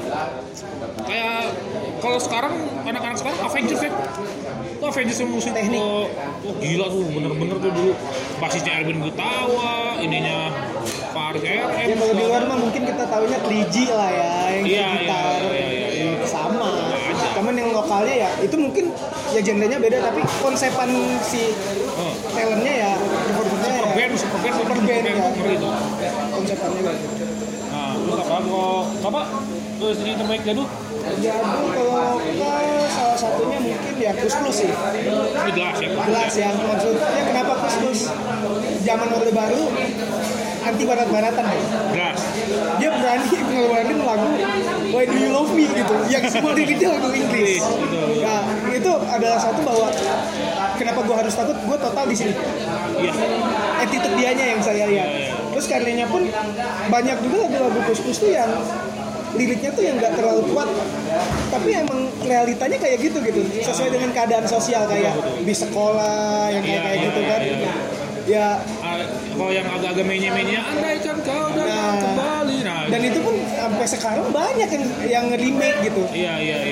kayak kalau sekarang anak-anak sekarang Avengers ya. Tuh Avengers yang musik teknik. Gila tuh bener-bener tuh dulu basisnya Erwin Gutawa, ininya Faris RM. Ya kalau di luar mah mungkin kita tahunya 3G lah ya yang gitar. Iya. Sama. Cuman yang lokalnya ya itu mungkin ya genrenya beda tapi konsepan si talentnya ya performernya super band ya. gitu. Konsepannya gitu. Nah, terus apa kalau Bapak ini terbaik jadul? Jadul kalau salah satunya mungkin ya Kus sih. Ini Jelas ya maksudnya kenapa Kus zaman Orde Baru anti barat-baratan ya. Jelas. Dia berani ngeluarin lagu Why Do You Love Me gitu yang semua liriknya lagu Inggris. Nah itu adalah satu bahwa kenapa gue harus takut, gue total di sini. Iya. Attitude dianya yang saya lihat. Terus karyanya pun banyak juga lagu-lagu Kus tuh yang liriknya tuh yang nggak terlalu kuat, tapi emang realitanya kayak gitu sesuai dengan keadaan sosial kayak di sekolah yang kayak gitu kan. Ya kalau yang agak-agak menye-menye andaikan kau datang kembali dan itu pun sampai sekarang banyak yang remake gitu. Iya.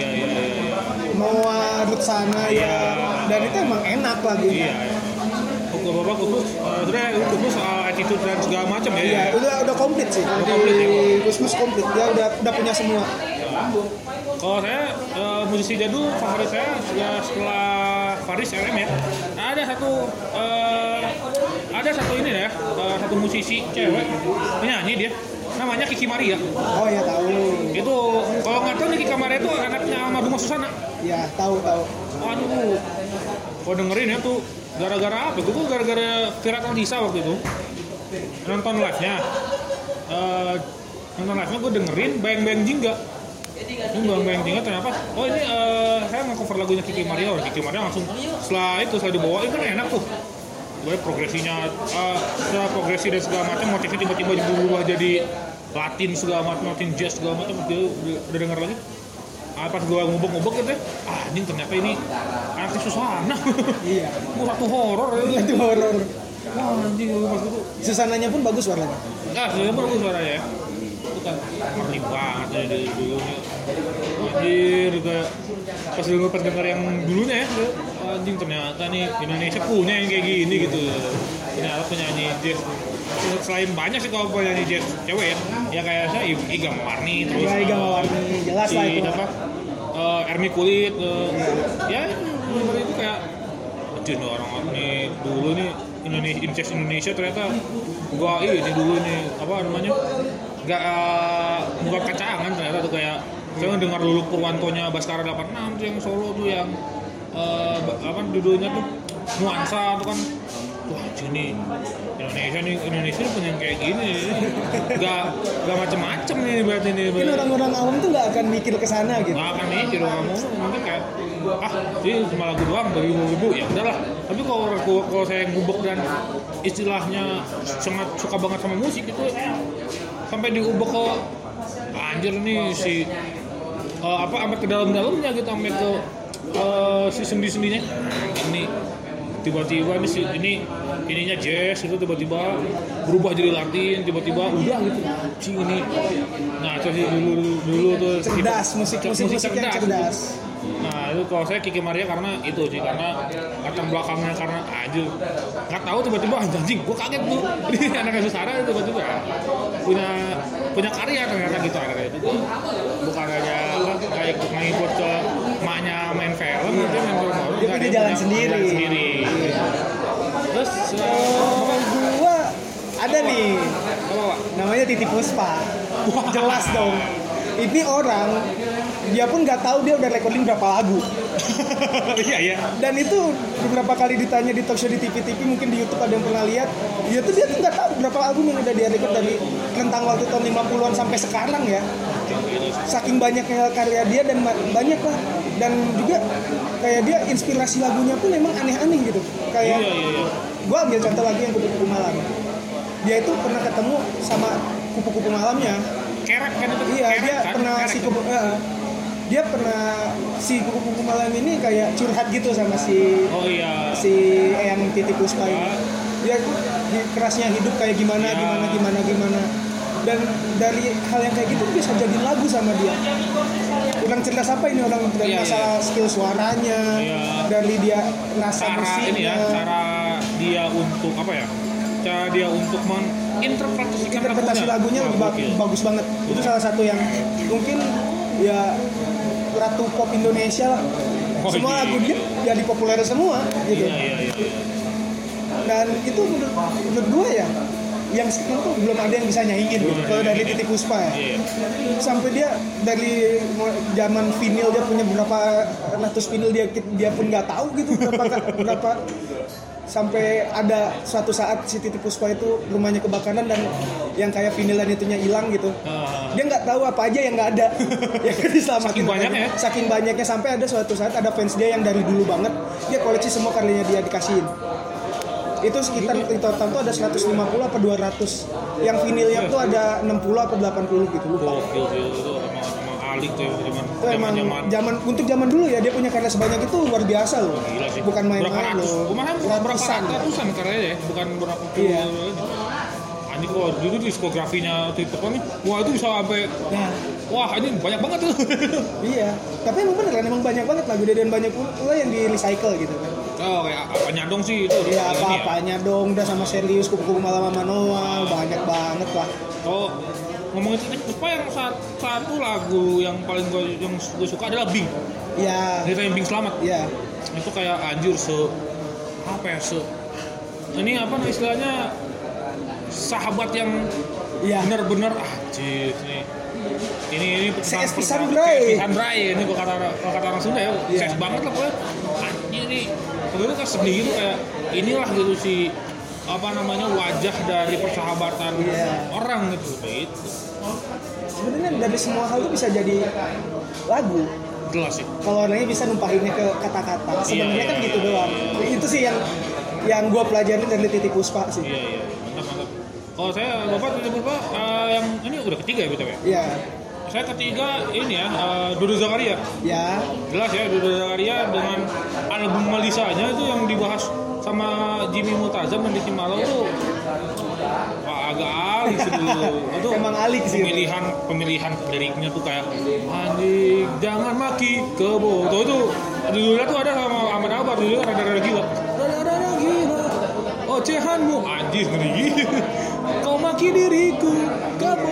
Mau Ruth Sana ya dan itu emang enak lagunya. Iya. Bapak khusus soal attitude dan segala macam ya. Iya, udah komplit sih. Khusus komplit. Dia udah punya semua. Kalau saya musisi jadul favorit saya ya setelah Faris RM ya. Ada satu ini ya, satu musisi cewek penyanyi dia namanya Kiki Maria. Oh ya tahu. Itu kalau nggak tahu nih Kiki Maria itu anaknya almarhum Susana. Ya tahu. Aduh, kalau dengerin ya tuh gara-gara apa? Gue gara-gara Virat Aldisa waktu itu nonton live-nya. Gue dengerin Bayang Bayang Jingga. Ini Bayang Bayang Jingga ternyata ini saya nge-cover lagunya Kiki Maria. Kiki Maria langsung setelah dibawain kan enak tuh. Gue progresinya setelah progresi dan segala macam motifnya tiba-tiba berubah jadi Latin segala macam, Latin jazz segala macam. Dia udah denger lagi. Pas gue ngubek-ngubek gitu ya, anjing ternyata ini anaknya Susana. Iya. Satu horor. Wah anjing pas itu. Susananya pun bagus suaranya. Susananya pun bagus suaranya ya. Itu kan merlip banget ya dari dulu. Anjir kayak pas denger yang dulunya ya, anjing ternyata nih Indonesia punya yang kayak gini gitu. Ternyata penyanyi jazz. Selain banyak sih kalau penyanyi jazz cewek ya kayak saya Iga Mawarni terus Iga Mawarni jelas lah itu Ermi Kulit ya seperti itu kayak jadi orang nih dulu nih Indonesia ternyata gua ini dulu nih apa namanya nggak bukan kacangan ternyata tuh kayak saya dengar dulu Purwantonya Baskara 86 tuh yang Solo tuh yang apa judulnya tuh Nuansa tuh kan wah ini Indonesia nih punya yang kayak gini, nggak macem-macem nih berarti nih. Mungkin orang-orang awam tuh nggak akan mikir ke sana gitu. Nggak akan mikir kamu, mungkin kayak ini cuma lagu doang beribu-ribu ya udahlah. Tapi kalau saya ngubek dan istilahnya sangat suka banget sama musik itu sampai diubek ke anjir nih si sampai ke dalam-dalamnya gitu, sampai ke si sendi-sendinya. Ini tiba-tiba nih ininya jazz itu tiba-tiba berubah jadi Latin, tiba-tiba udah gitu. Si ini. Nah, terus dulu tuh cerdas, musik yang cerdas. Nah, itu kalau saya Kiki Maria karena itu sih, karena latar belakangnya karena aja nggak tahu tiba-tiba anjing, gue kaget tuh. Ini anak Susara tiba-tiba punya karya ternyata gitu itu. Bukan aja kayak ngikut ke emaknya main film gitu, main film horor. Dia punya jalan sendiri. Terus gua ada nih. Namanya Titiek Puspa. Jelas dong. Ini orang dia pun nggak tahu dia udah recording berapa lagu. Iya. Dan itu beberapa kali ditanya di talkshow di TV-TV, mungkin di YouTube ada yang pernah lihat. Dia tuh nggak tahu berapa album yang udah dia record dari rentang waktu tahun 50-an sampai sekarang ya. Saking banyaknya karya dia dan banyak lah. Dan juga kayak dia inspirasi lagunya pun memang aneh-aneh gitu. Kayak gue ambil contoh lagi yang Kupu-Kupu Malam. Dia itu pernah ketemu sama kupu-kupu malamnya. Kerek kan itu. Iya, dia pernah dia pernah si kupu-kupu malam ini kayak curhat gitu sama si Eyang Titiek Puspa ini. Dia kerasnya hidup kayak gimana. Dan dari hal yang kayak gitu bisa jadi lagu sama dia. Orang cerdas apa ini orang dari masalah skill suaranya, dari dia rasa musiknya. Cara dia untuk cara dia untuk interpretasi lagunya lebih bagus banget. Itu salah satu yang mungkin ya ratu pop Indonesia lah. Semua lagu dia ya dipopuler semua gitu. Dan itu menurut gue ya yang sekarang tuh belum ada yang bisa nyaingin gitu. Kalau dari Titiek Puspa ya. Sampai dia dari zaman vinyl dia punya berapa ratus vinyl dia pun nggak tahu gitu berapa sampai ada suatu saat si Titiek Puspa itu rumahnya kebakaran dan yang kayak vinilan itunya hilang gitu. Dia nggak tahu apa aja yang nggak ada yang diselamatin. Saking banyaknya sampai ada suatu saat ada fans dia yang dari dulu banget dia koleksi semua karyanya dia dikasihin. Itu sekitar di total tuh ada 150 apa 200. Yang vinilnya tuh ada 60 apa 80 gitu lupa. Alik tuh itu emang untuk zaman dulu ya dia punya karya sebanyak itu luar biasa loh. Bukan main-main loh. Berapa ratusan karyanya ya, bukan berapa puluh. Iya. Ini kok dulu diskografinya Titiek nih, wah itu bisa sampai wah ini banyak banget tuh. Iya, tapi emang bener kan, emang banyak banget lagu dia dan banyak pula yang di recycle gitu kan. Oh kayak apanya dong sih itu. Iya apa-apanya dong, udah sama Serius, Kupu-Kupu Malam sama Noah, banyak banget lah. Oh ngomongin Titiek Puspa yang satu lagu yang paling gue suka adalah Bing. Iya. Cerita yang Bing Selamat. Iya. Itu kayak anjir ini apa istilahnya sahabat yang benar-benar anjir nih. Ini pisan bray ini kalau kata orang Sunda ya. Ses banget lah pokoknya. Anjir nih. Kalau kan sedih gitu kayak inilah gitu si wajah dari persahabatan orang gitu. Sebenarnya dari semua hal itu bisa jadi lagu. Jelas sih. Kalau orangnya bisa numpahinnya ke kata-kata. Sebenarnya kan gitu doang. Itu sih yang gue pelajarin dari Titiek Puspa sih. Iya. Mantap. Kalau saya Titiek Puspa yang ini udah ketiga ya BTW. Iya. Saya ketiga ini ya Dodo Zakaria. Ya. Jelas ya Dodo Zakaria dengan album Melisanya itu yang dibahas sama Jimmy Multazam dan Ricky Malo tuh agak alik sih dulu. Itu emang alik sih. Pemilihan liriknya tuh kayak anjing jangan maki kebo. Itu judulnya tuh ada sama Ahmad Albar judulnya rada-rada gila. Rada-rada gila. Ocehanmu anjir ngeri. Kau maki diriku kebo.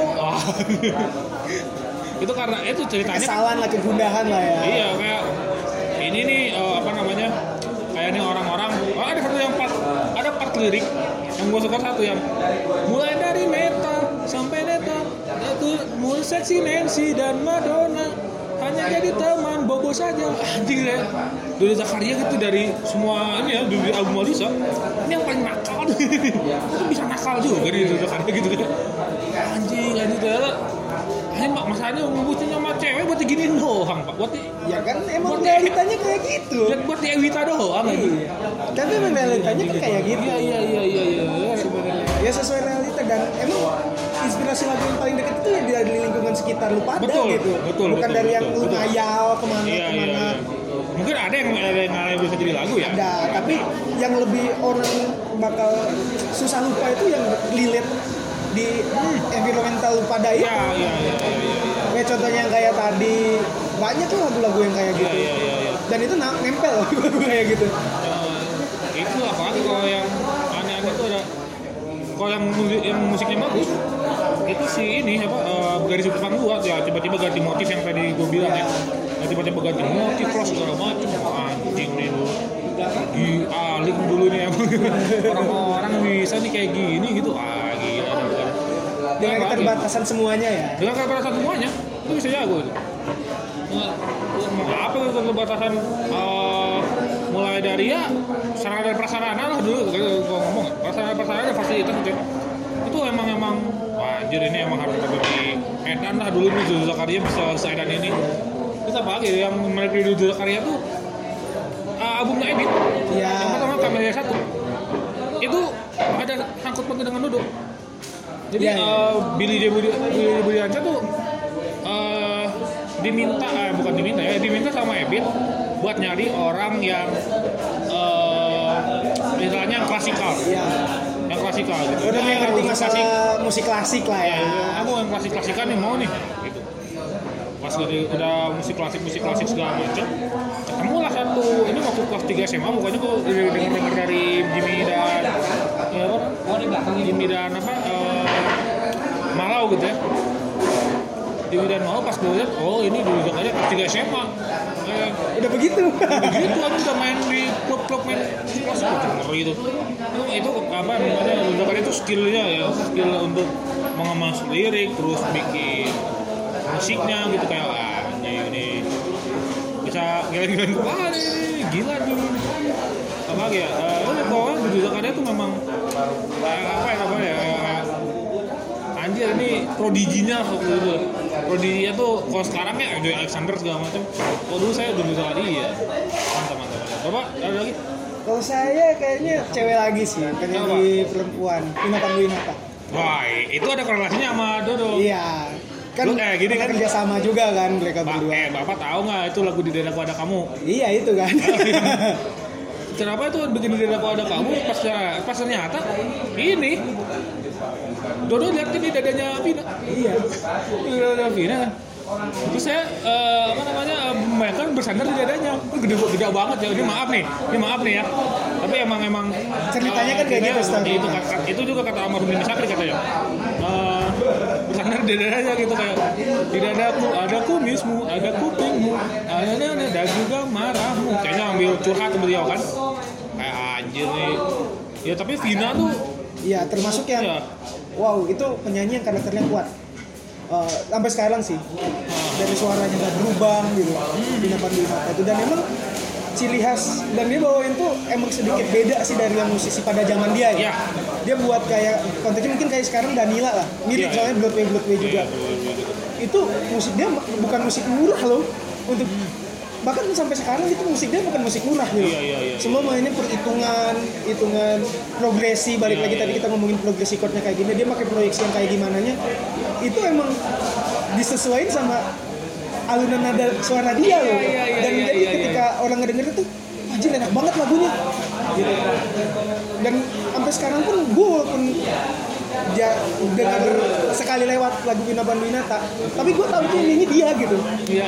Itu karena itu ceritanya kesalahan lah, kegundahan lah ya. Iya kayak ini nih kayak nih orang-orang ada satu yang ada part lirik yang gue suka satu yang mulai dari metal sampai metal itu mulai seksi Nancy dan Madonna hanya jadi teman bobo bagus aja anjing ya. Dodi Zakaria gitu dari semua ini ya dari album Alisa ini yang paling nakal itu bisa nakal juga dari Dodi Zakaria gitu kan anjing ternyata ini masalahnya ngubutin sama cewek buat diginiin doang Pak buat ya kan emang realitanya kayak gitu buat di Ewita doang aja kan emang realitanya kan kayak gitu iya sebenarnya ya sesuai realita dan emang inspirasi lagu yang paling dekat itu ya dari lingkungan sekitar lu pada gitu bukan dari yang lu ngayal kemana. Mungkin ada yang bisa jadi lagu ya ada tapi yang lebih orang bakal susah lupa itu yang relate di environmental lu pada itu kayak contohnya yang kayak tadi banyak tuh lagu-lagu yang kayak gitu dan itu nempel loh kayak gitu itu apalagi kalau yang aneh-aneh itu ada kalau yang musiknya bagus itu si ini garis depan gua ya tiba-tiba ganti motif yang tadi gua bilang ya tiba-tiba ganti motif plus segala macam anjing nih lu alik dulu nih emang orang-orang bisa nih kayak gini gitu gila dengan keterbatasan semuanya ya dengan keterbatasan semuanya itu bisa jago apa itu keterbatasan mulai dari ya sarana dan prasarana lah dulu kalau ngomong prasarana dan fasilitas gitu itu emang anjir ini emang harus lebih edan lah dulu nih Dodi Zakaria bisa seedan ini terus apa lagi yang menarik di Dodi Zakaria tuh albumnya Ebit yang pertama Kamera 1 itu ada sangkut pautnya dengan Dodo jadi Billy Budianca tuh diminta sama Ebit buat nyari orang yang misalnya yang klasikal yang klasikal gitu udah yang ngerti masalah musik klasik lah ya aku yang klasikan nih mau nih gitu pas udah musik klasik segala macam ketemulah satu ini waktu kelas 3 SMA bukannya kok denger dari Jimmy dan Jimmy dan Malau gitu ya Jimmy dan Malau pas gue lihat ini dulu aja kelas 3 SMA udah begitu aku udah main di klub main kelas ngeri gitu itu apa namanya udah itu skillnya ya skill untuk mengemas lirik terus bikin musiknya gitu kayak ini bisa gila-gilaan gila nih apa lagi ya pokoknya Dodi Zakaria tuh memang apa ya anjir ini prodiginya waktu itu prodiginya tuh kalau sekarang ya Joy Alexander segala macam kalau dulu saya Dodi Zakaria mantap Bapak ada lagi kalau saya kayaknya cewek lagi sih penyanyi perempuan Vina Panduwinata wah itu ada korelasinya sama Dodo iya kan gini kan kerja sama juga kan mereka berdua. Bapak tahu nggak itu lagu Di Dadaku Ada Kamu? Iya itu kan. Kenapa itu bikin Di Dadaku Ada Kamu? Pas ternyata ini Dodo lihat di dadanya Vina. Iya. Di dadanya Vina kan. Terus saya mereka bersandar di dadanya. Gede banget ya. Ini maaf nih ya. Tapi emang ceritanya kan kayak gitu. Itu juga kata almarhum Nini Sakri katanya. Bersandar di dadanya gitu kayak di dadaku ada kumismu, ada kupingmu, ada dan juga marahmu. Kayaknya ambil curhat beliau kan. Kayak anjir nih. Ya tapi Vina tuh iya termasuk yang wow itu penyanyi yang karakternya kuat. Sampai sekarang sih dari suaranya nggak berubah gitu Vina Panduwinata itu dan emang ciri khas dan dia bawain tuh emang sedikit beda sih dari yang musisi pada zaman dia ya. Dia buat kayak konteksnya mungkin kayak sekarang Danila lah mirip soalnya Bloodway juga itu musik dia bukan musik murah loh untuk bahkan sampai sekarang itu musik dia bukan musik murah gitu semua mainnya perhitungan progresi balik lagi tadi kita ngomongin progresi chordnya kayak gini dia pakai proyeksi yang kayak gimana nya itu emang disesuaikan sama alunan nada suara dia loh dan jadi ketika orang ngedenger itu anjir enak banget lagunya gitu dan sampai sekarang pun gue walaupun dengar sekali lewat lagu Vina Panduwinata tapi gue tahu tuh ini dia gitu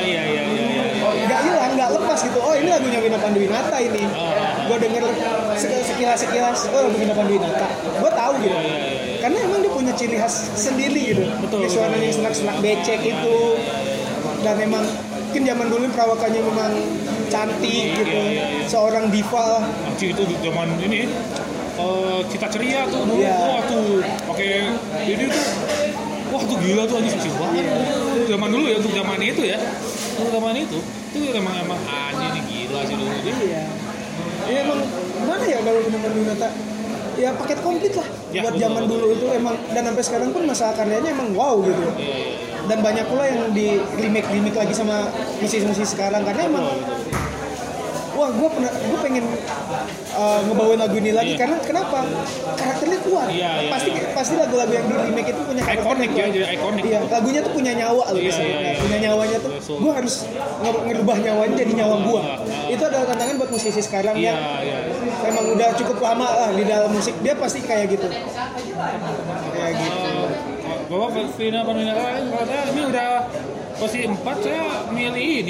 nggak hilang nggak lepas gitu ini lagunya Vina Panduwinata ini gue denger sekilas lagu Vina Panduwinata gue tahu gitu karena emang dia punya ciri khas sendiri gitu dia suaranya yang senak becek itu dan emang mungkin zaman dulu perawakannya memang cantik gitu seorang diva itu di zaman ini Cita Ceria tuh wah tuh pakai ini tuh wah tuh gila tuh anjing sih banget zaman dulu ya untuk zaman itu ya zaman itu emang anjing nih gila sih dulu. Iya. Ya emang gimana ya kalau benar Winata? Ya paket komplit lah Ya, buat betul, zaman betul. dulu itu emang, dan sampai sekarang pun masa karyanya emang wow gitu. Iya. Dan banyak pula yang di remake lagi sama musisi-musisi sekarang karena emang wah gue pengen ngebawain lagu ini lagi Iya. karena kenapa karakternya kuat. Iya. Pasti lagu-lagu yang di remake itu punya karakter Ikonik kuat. ya, jadi ikonik. Iya, lagunya tuh punya nyawa loh Iya, disebutnya. iya. Punya nyawanya tuh Betul. gue harus ngerubah nyawanya jadi nyawa gue. Ah. Itu adalah tantangan buat musisi sekarang Iya. yang memang udah cukup lama lah di dalam musik, dia pasti kayak gitu. Kayak gitu. Bapak Vina Panwinata, kalau saya ini udah posisi 4, saya milih ini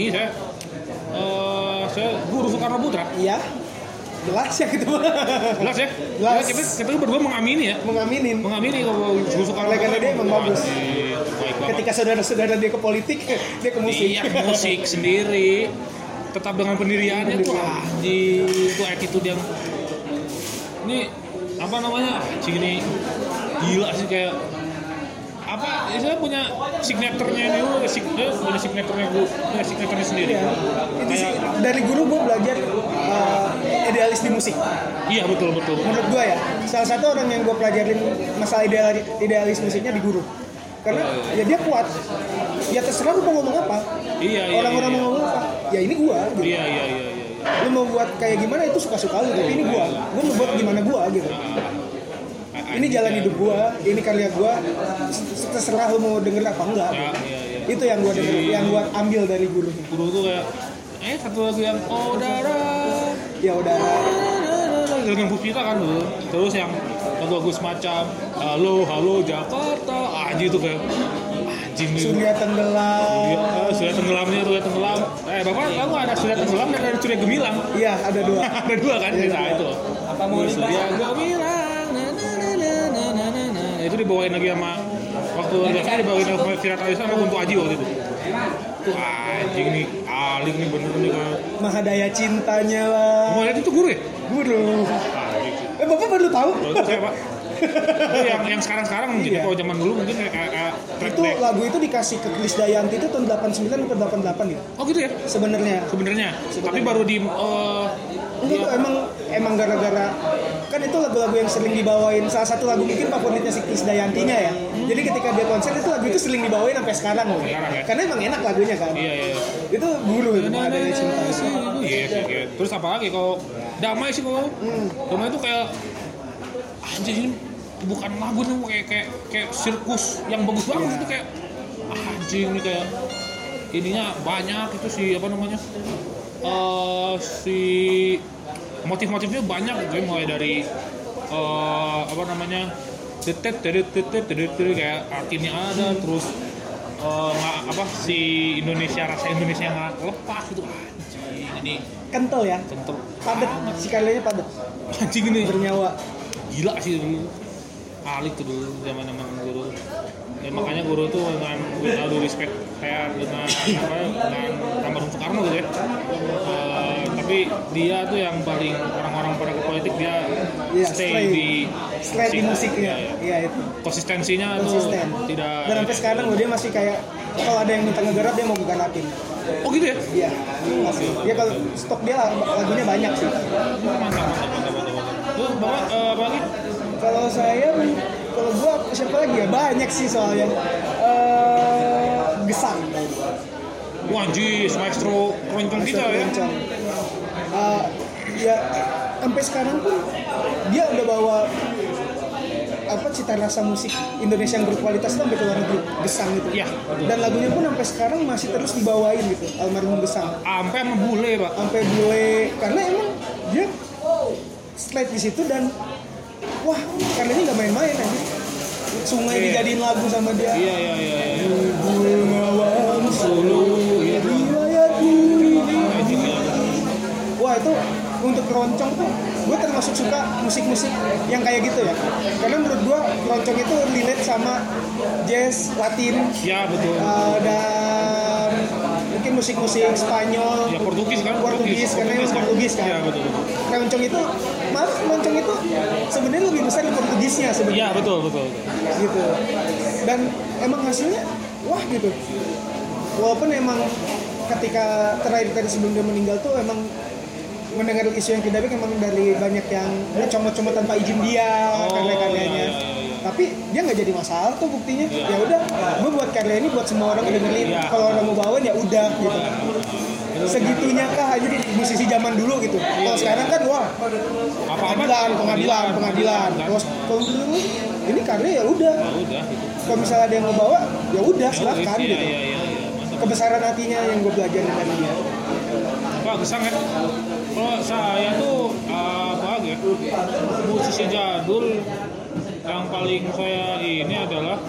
saya Guru Soekarno Putra. Iya. Jelas ya gitu. Jelas ya? Jelas. Ya, kita berdua mengamini ya. Mengaminin. Mengamini kalau Guru Soekarno Putra. Karena dia emang bagus. Terbaik banget. Ketika saudara-saudara dia ke politik, dia ke musik. Iya, musik sendiri. Tetap dengan pendiriannya tuh anjing, itu attitude yang ini apa namanya? Anjing ini gila sih kayak apa? Saya punya signaturnya ini, punya signaturnya sendiri. Iya. Itu sih Kayak dari guru gue belajar idealis di musik. iya betul. Menurut gue ya, salah satu orang yang gue pelajarin masalah idealis musiknya di guru. Karena ya dia kuat. Ya terserah lu mau ngomong apa. Iya. Orang-orang mau ngomong apa. Ya ini gue. Gitu. Iya. Lu mau buat kayak gimana itu suka-suka lu, tapi ini gue mau buat gimana gue gitu. Ini jalan hidup gue, ini karya gue. Terserah lu mau denger apa enggak. Iya. Itu yang gue denger, yang gue ambil dari guru. Guru tuh kayak satu lagu yang Odara Ya udah. dengan Puspita kan dulu. Terus yang lagu semacam Halo Jakarta, anjing itu kayak anjing nih. Surya tenggelam. Surya tenggelamnya tuh tenggelam. Bapak tahu ada Surya tenggelam dan ada Surya Gemilang. Iya, ada dua. Ada dua kan cerita itu loh. Apa mau Surya Gemilang. Itu dibawain lagi sama waktu biasanya dibawain sama Virat Alisa sama Kunto Aji waktu itu. Tuh anjing nih, alik nih bener nih kayak. Mahadaya cintanya lah. Mau lihat itu guru ya? Guru. Anjing. Bapak baru tahu? Itu saya pak. Itu yang sekarang mungkin Iya. kalau zaman dulu mungkin kayak Itu lagu itu dikasih ke Krisdayanti itu tahun 89 atau 88 gitu. Oh gitu ya Sebenarnya. sebenarnya. Tapi baru di Itu emang gara-gara kan itu lagu-lagu yang sering dibawain, salah satu lagu mungkin favoritnya si Krisdayantinya ya. Jadi ketika dia konser itu lagu itu sering dibawain sampai sekarang loh. Sekarang ya? Karena emang enak lagunya kan. iya. Itu guru itu Mahadaya cinta. Iya. Terus apa lagi kalau damai sih kalau damai itu kayak anjir ini bukan lagu nih kayak sirkus yang bagus banget itu kayak anjing ini kayak ininya banyak itu si apa namanya si motif-motifnya banyak gitu mulai dari apa namanya tetet kayak artinya ada terus apa si rasa Indonesia nggak lepas gitu anjing ini Kental ya. kental Padat, si karyanya padat. anjing ini Bernyawa. gila sih dulu alik tuh dulu zaman guru dan makanya guru tuh dengan gue respect kayak dengan almarhum Soekarno gitu ya. Tapi dia tuh yang paling orang-orang pada ke politik dia Iya, stay di musiknya. Iya itu. konsistensinya Konsisten. tuh tidak Dan sampai sekarang loh dia masih kayak kalau ada yang minta ngegarap dia mau garapin. oh gitu ya Iya. Masih. Ya kalau stok dia lagunya banyak sih. mantap terus bapak apa lagi Kalau gua siapa lagi ya? Banyak sih soalnya. Gesang. Wanjis maestro keroncong kita ya Keroncong. Ya sampai sekarang pun dia udah bawa cita rasa musik Indonesia yang berkualitas itu sampai ke luar negeri. Gesang gitu. Iya, betul. Dan lagunya pun sampai sekarang masih terus dibawain gitu. Almarhum Gesang. sampai sama bule pak Sampai bule karena emang dia slide di situ dan wah karyanya nggak main-main aja. Sungai dijadiin lagu sama dia. iya Bungawan Solo riwayatku ini. Wah itu untuk keroncong tuh gue termasuk suka musik-musik yang kayak gitu ya. Karena menurut gue keroncong itu relate sama jazz, Latin, ya betul dan mungkin musik-musik Spanyol, ya Portugis kan karena emang Portugis kan. ya betul Keroncong itu sebenarnya lebih besar dari Portugisnya sebenarnya. iya betul Gitu. Dan emang hasilnya wah gitu. Walaupun emang ketika terakhir tadi sebelum dia meninggal tuh emang mendengar isu yang tidak baik emang dari banyak yang ngecomot-comot tanpa izin dia karya-karyanya. Tapi dia nggak jadi masalah tuh buktinya. Ya udah, gue buat karya ini buat semua orang dengerin. Kalau orang mau bawain ya udah gitu. Segitunya kah aja musisi zaman dulu gitu. Kalau sekarang kan wah pengadilan. Kalau dulu ini karya ya udah. Kalau misalnya ada yang mau bawa ya udah silakan gitu. Kebesaran hatinya yang gue belajar dari dia. Gesang ya. Kalau saya tuh musisi jadul yang paling saya ini adalah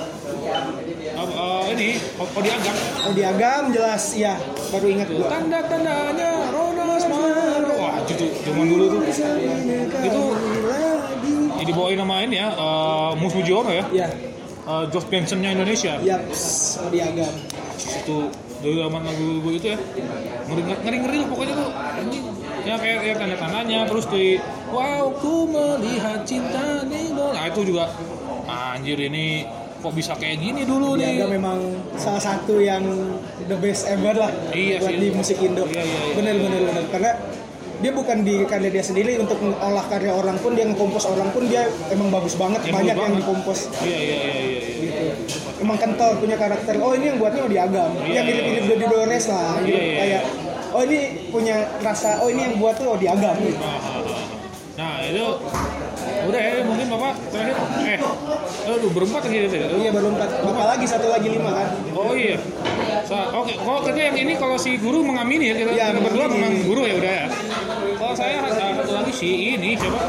ini Odi Agam jelas ya, baru ingat gua. Tanda-tandanya Ronas Maro. Wah, itu zaman dulu tuh. Itu dibawain nama ini ya, Mus Mujiono ya. Iya. Josh Benson-nya Indonesia. Iya, Odi Agam. Itu dari zaman lagu itu ya. Ngeri-ngeri lah pokoknya tuh. Ya kayak tanda-tandanya terus di wow ku melihat cinta nih. Nah itu juga anjir ini kok bisa kayak gini dulu nih. Dia memang salah satu yang the best ever lah buat di musik Indo. Iya. Bener. Karena dia bukan di karya dia sendiri untuk mengolah karya orang pun, dia ngekompos orang pun dia emang bagus banget. Banyak yang dikompos. Iya. Gitu. Emang kental punya karakter. Oh ini yang buatnya Odi Agam. Yang mirip-mirip Dodi Dores lah. Gitu. Kayak oh ini punya rasa. Oh ini yang buat tuh Odi Agam. Gitu. Nah itu udah ya mungkin Bapak terakhir berempat lagi gitu ya? Iya berempat. Bapak lagi 1 lagi 5 kan? Oh iya. Oke. Kalau kita yang ini kalau si guru mengamini ya kita berdua memang guru ya udah ya. Kalau saya satu lagi sih ini coba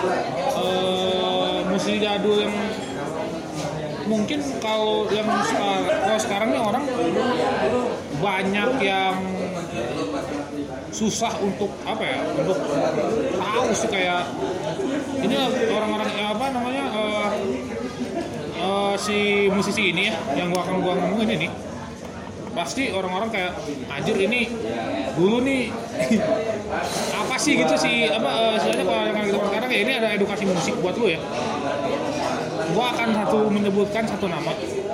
musisi jadul yang mungkin kalau sekarang nih orang banyak yang susah untuk untuk tahu sih kayak ini orang-orang si musisi ini ya yang gua ngomongin ini pasti orang-orang kayak anjir ini dulu nih apa sih gitu sih istilahnya kalau yang kita sekarang ya ini ada edukasi musik buat lu ya. Gua akan menyebutkan satu nama.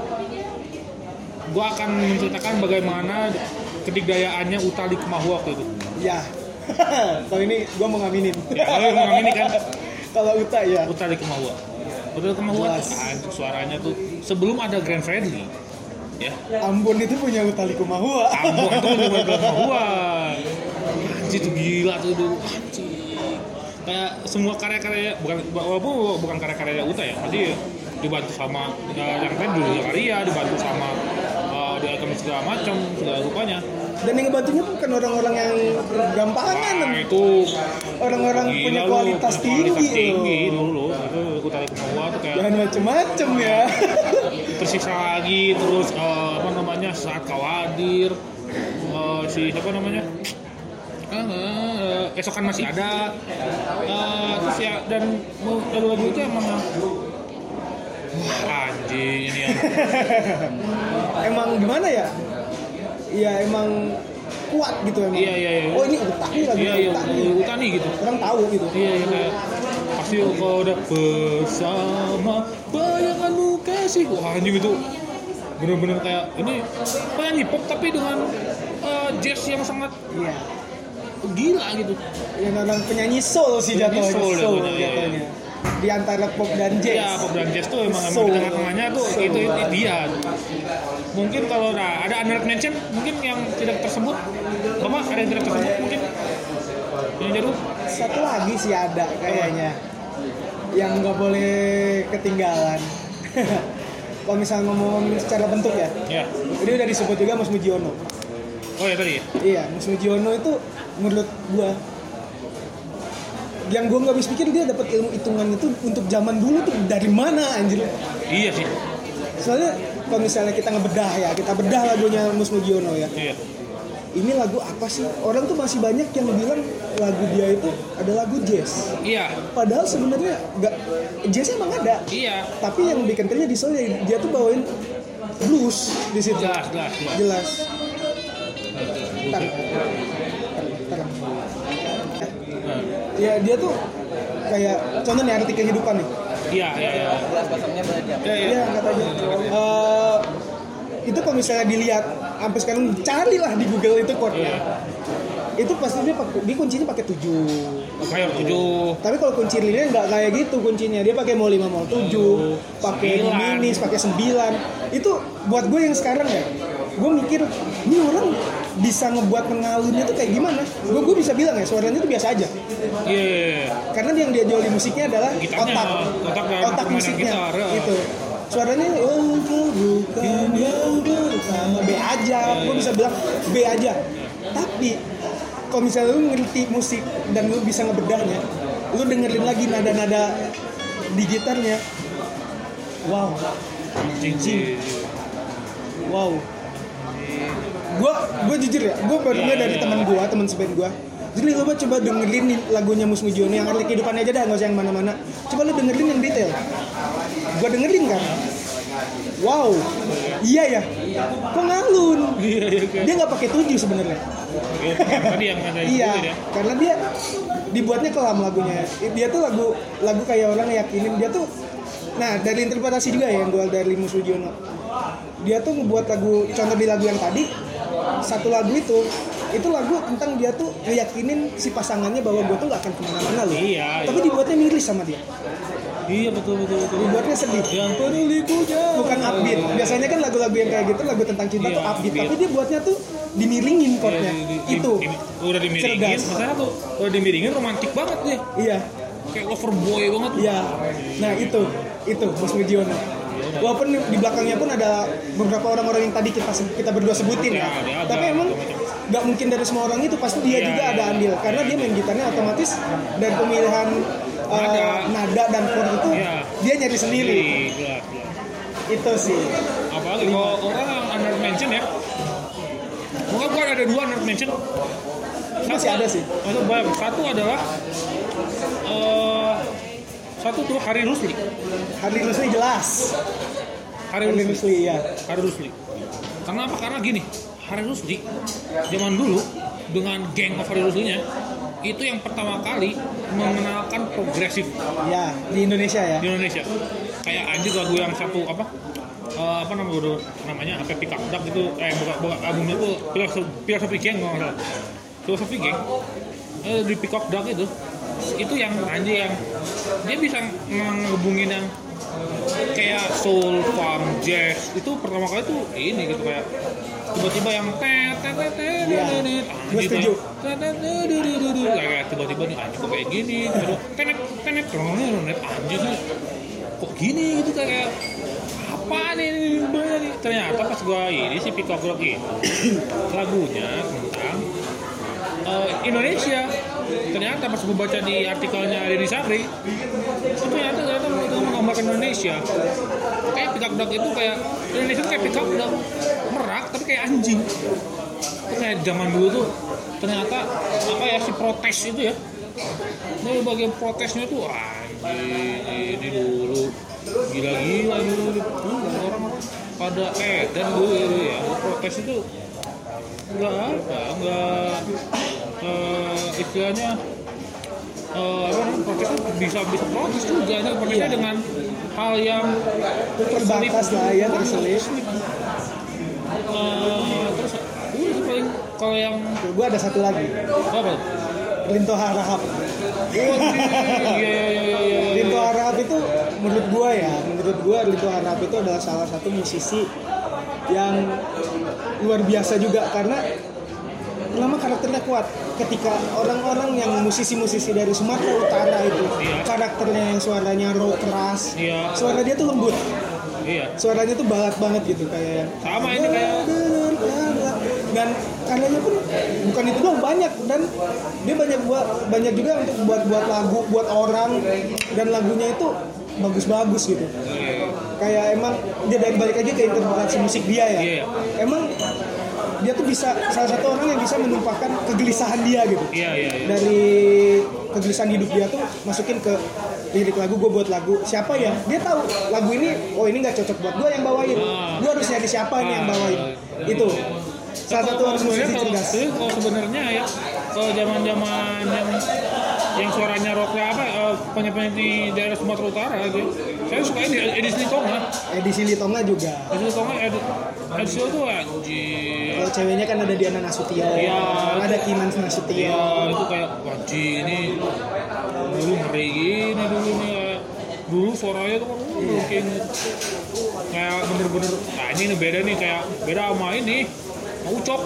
Gua akan menceritakan bagaimana kedikdayaannya Utha Likumahua waktu itu. Ya. Kalau ini gua mau ngaminin. Ya, kalau mau ngaminin kan. Kalau Utha ya. Utha Likumahua suaranya tuh sebelum ada Glenn Fredly. Ya. Ambon itu punya Utha Likumahua. Ambon itu punya Utha Likumahua. Anjir itu gila tuh dulu. Anjir. Kayak semua karya-karya bukan karya-karya Utha ya. Pasti dibantu sama yang lain dulu Zakaria, dibantu sama diatur segala macam segala rupanya. Dan yang ngebantunya bukan orang-orang yang gampangan. Nah, itu orang-orang punya kualitas tinggi dulu. Itu Utha Likumahua tuh kayak jangan macem-macem ya. Tersisa lagi terus Saat Kawadir siapa namanya Esokan Masih Ada terus ya dan lagu-lagu itu emang anjing ini ya. Emang gimana ya? Ya emang kuat gitu emang. Iya. Oh ini Utha nih lagi. Iya, Utha nih gitu. Orang tahu gitu. Iya kayak pasti kalau udah bersama bayanganmu kasih. Wah anjing itu bener-bener kayak ini penyanyi pop tapi dengan jazz yang sangat gila gitu. Yang orang penyanyi soul sih jatuhnya. Soul jatuhnya. Di antara pop dan jazz. Iya, pop dan jazz tuh emang di tengah-tengahnya tuh itu dia. Mungkin kalau ada honorable mention mungkin yang tidak tersebut. Bapak ada yang tidak tersebut mungkin yang jadul. Satu lagi sih ada kayaknya. Yang nggak boleh ketinggalan. Kalau misalnya ngomong secara bentuk ya. Iya. Ini udah disebut juga Mus Mujiono. Oh ya tadi. Iya, Mus Mujiono itu menurut gua yang gue nggak bisa pikir dia dapat ilmu hitungan itu untuk zaman dulu tuh dari mana anjir. Iya sih. Soalnya kalau misalnya kita kita bedah lagunya Mus Mujiono ya. Iya. Ini lagu apa sih? Orang tuh masih banyak yang bilang lagu dia itu ada lagu jazz. Iya. Padahal sebenarnya nggak, jazz emang ada. Iya. Tapi yang bikin keren di soalnya dia tuh bawain blues di situ. Jelas. Bentar. Ya dia tuh kayak contoh nih arti kehidupan nih. Iya. Iya kata aja. Itu kalau misalnya dilihat sampai sekarang carilah di Google itu chordnya. Itu pasti dia kuncinya pakai 7. Kayak 7. Tapi kalau kunci lilinnya nggak kayak gitu kuncinya. Dia pakai mau 5 mau 7, pakai minis, pakai 9. Itu buat gue yang sekarang ya. Gue mikir, ini orang bisa ngebuat pengalunnya tuh kayak gimana? Gue bisa bilang ya, suaranya tuh biasa aja. Iya. Karena yang dia jual di musiknya adalah otak musiknya. Gitar, itu. Suaranya bukan yang pertama B aja. Gue bisa bilang B aja. Tapi kalau misalnya lu ngerti musik dan lu bisa ngebedahnya, lu dengerin lagi nada-nada di gitarnya. Wow. Anjing. Wow. Gue jujur ya, gue baru dari teman seband gue. Jadi lu coba dengerin lagunya Mus Mujiono yang arti kehidupannya aja dah, nggak usah yang mana-mana. Coba lu dengerin yang detail. Gue dengerin kan. Wow, iya ya. Kok ngalun? Dia nggak pakai 7 sebenarnya. Tadi yang ada iya, karena dia dibuatnya kelam lagunya. Dia tuh lagu kayak orang yakinin dia tuh. Nah, dari interpretasi juga ya yang gue dari Mus Mujiono. Dia tuh ngebuat lagu, contoh di lagu yang tadi, satu lagu itu lagu tentang dia tuh ngeyakinin si pasangannya bahwa gue tuh gak akan kemana-mana loh. Iya. Tapi dibuatnya miris sama dia. Iya betul. Dibuatnya sedih. Yang peduliku bukan upbeat. Biasanya kan lagu-lagu yang kayak gitu, lagu tentang cinta tuh upbeat. Tapi dia buatnya tuh dimiringin chordnya. Itu. Udah dimiringin. Maksudnya tuh udah dimiringin romantik banget dia. Iya. Kayak loverboy banget. Iya. Nah itu Mus Mujiono. Walaupun di belakangnya pun ada beberapa orang-orang yang tadi kita berdua sebutin ya. Tapi emang nggak mungkin dari semua orang itu, pasti dia juga ada andil karena dia main gitarnya otomatis dan pemilihan nada dan chord itu dia nyari sendiri. Itu sih. Apalagi kalau orang yang under mention ya. Mungkin gua ada 2 under mention. Masih ada sih. Satu adalah satu tuh Hari Rusli jelas. Hari Rusli. Karena apa? Karena gini, Hari Rusli zaman dulu dengan geng of Hari Ruslinya itu yang pertama kali mengenalkan progresif. Ya, di Indonesia ya. Di Indonesia. Kayak anjir lagu yang satu apa namanya apa Pick Up Duck itu bukan albumnya tuh Philosophy Gang nggak salah. Philosophy Gang di Pick Up Duck itu yang anjir yang dia bisa ngehubungin yang kayak soul, funk, jazz itu pertama kali tuh ini gitu kayak tiba-tiba yang gue setuju. Kayak tiba-tiba nih anjir kok kayak gini terus tenet anjir kok gini gitu kayak apa nih ternyata pas gue ini si Pick Up Duck ini lagunya tentang Indonesia. Ternyata pas gue baca di artikelnya Denny Sabri itu ternyata menggambarkan Indonesia kayak Pick Up Duck itu kayak Indonesia itu kayak Pick Up Duck merak tapi kayak anjing itu kayak zaman dulu tuh ternyata apa ya si protes itu ya dari bagian protesnya tuh anjing ini dulu gila-gila dulu orang pada dan dulu ya protes itu enggak istilahnya protes itu bisa protes juga protesnya dengan hal yang terbatas lah ya terselip. Terus paling kalau yang gue ada satu lagi apa? Rinto Harahap. Rinto Harahap itu menurut gue Rinto Harahap itu adalah salah satu musisi yang luar biasa juga karena pertama karakternya kuat. Ketika orang-orang yang musisi-musisi dari Sumatera Utara itu karakternya yang suaranya raw keras, suara dia tuh lembut. Suaranya tuh balat banget gitu kayak sama ini kayak dan karyanya pun bukan itu doang banyak dan dia banyak juga untuk buat lagu buat orang dan lagunya itu bagus-bagus gitu. Kayak emang dia dari balik aja ke interpretasi musik dia ya. Emang dia tuh bisa salah satu orang yang bisa menumpahkan kegelisahan dia gitu. Dari kegelisahan hidup dia tuh masukin ke lirik lagu. Gue buat lagu siapa ya? Dia tahu lagu ini ini nggak cocok buat gue yang bawain. Gue harus nyari siapa nih yang bawain. Itu salah satu orang musisi cerdas. Kalau sebenarnya ya kalau zaman yang yang suaranya rocknya apa penyanyi di daerah Sumatera Utara gitu. Saya suka ini edisi Litonga. Edisi Litonga juga. Edisi Litonga edisi itu anjir. Kalau ceweknya kan ada Diana Nasution, Iya, ada Kinan Nasution. Iya, itu kayak wajib ini dulu ngeri gini dulu nih kayak dulu suaranya tuh kan kayak kayak bener-bener nah ini beda nih kayak beda sama ini Ucok.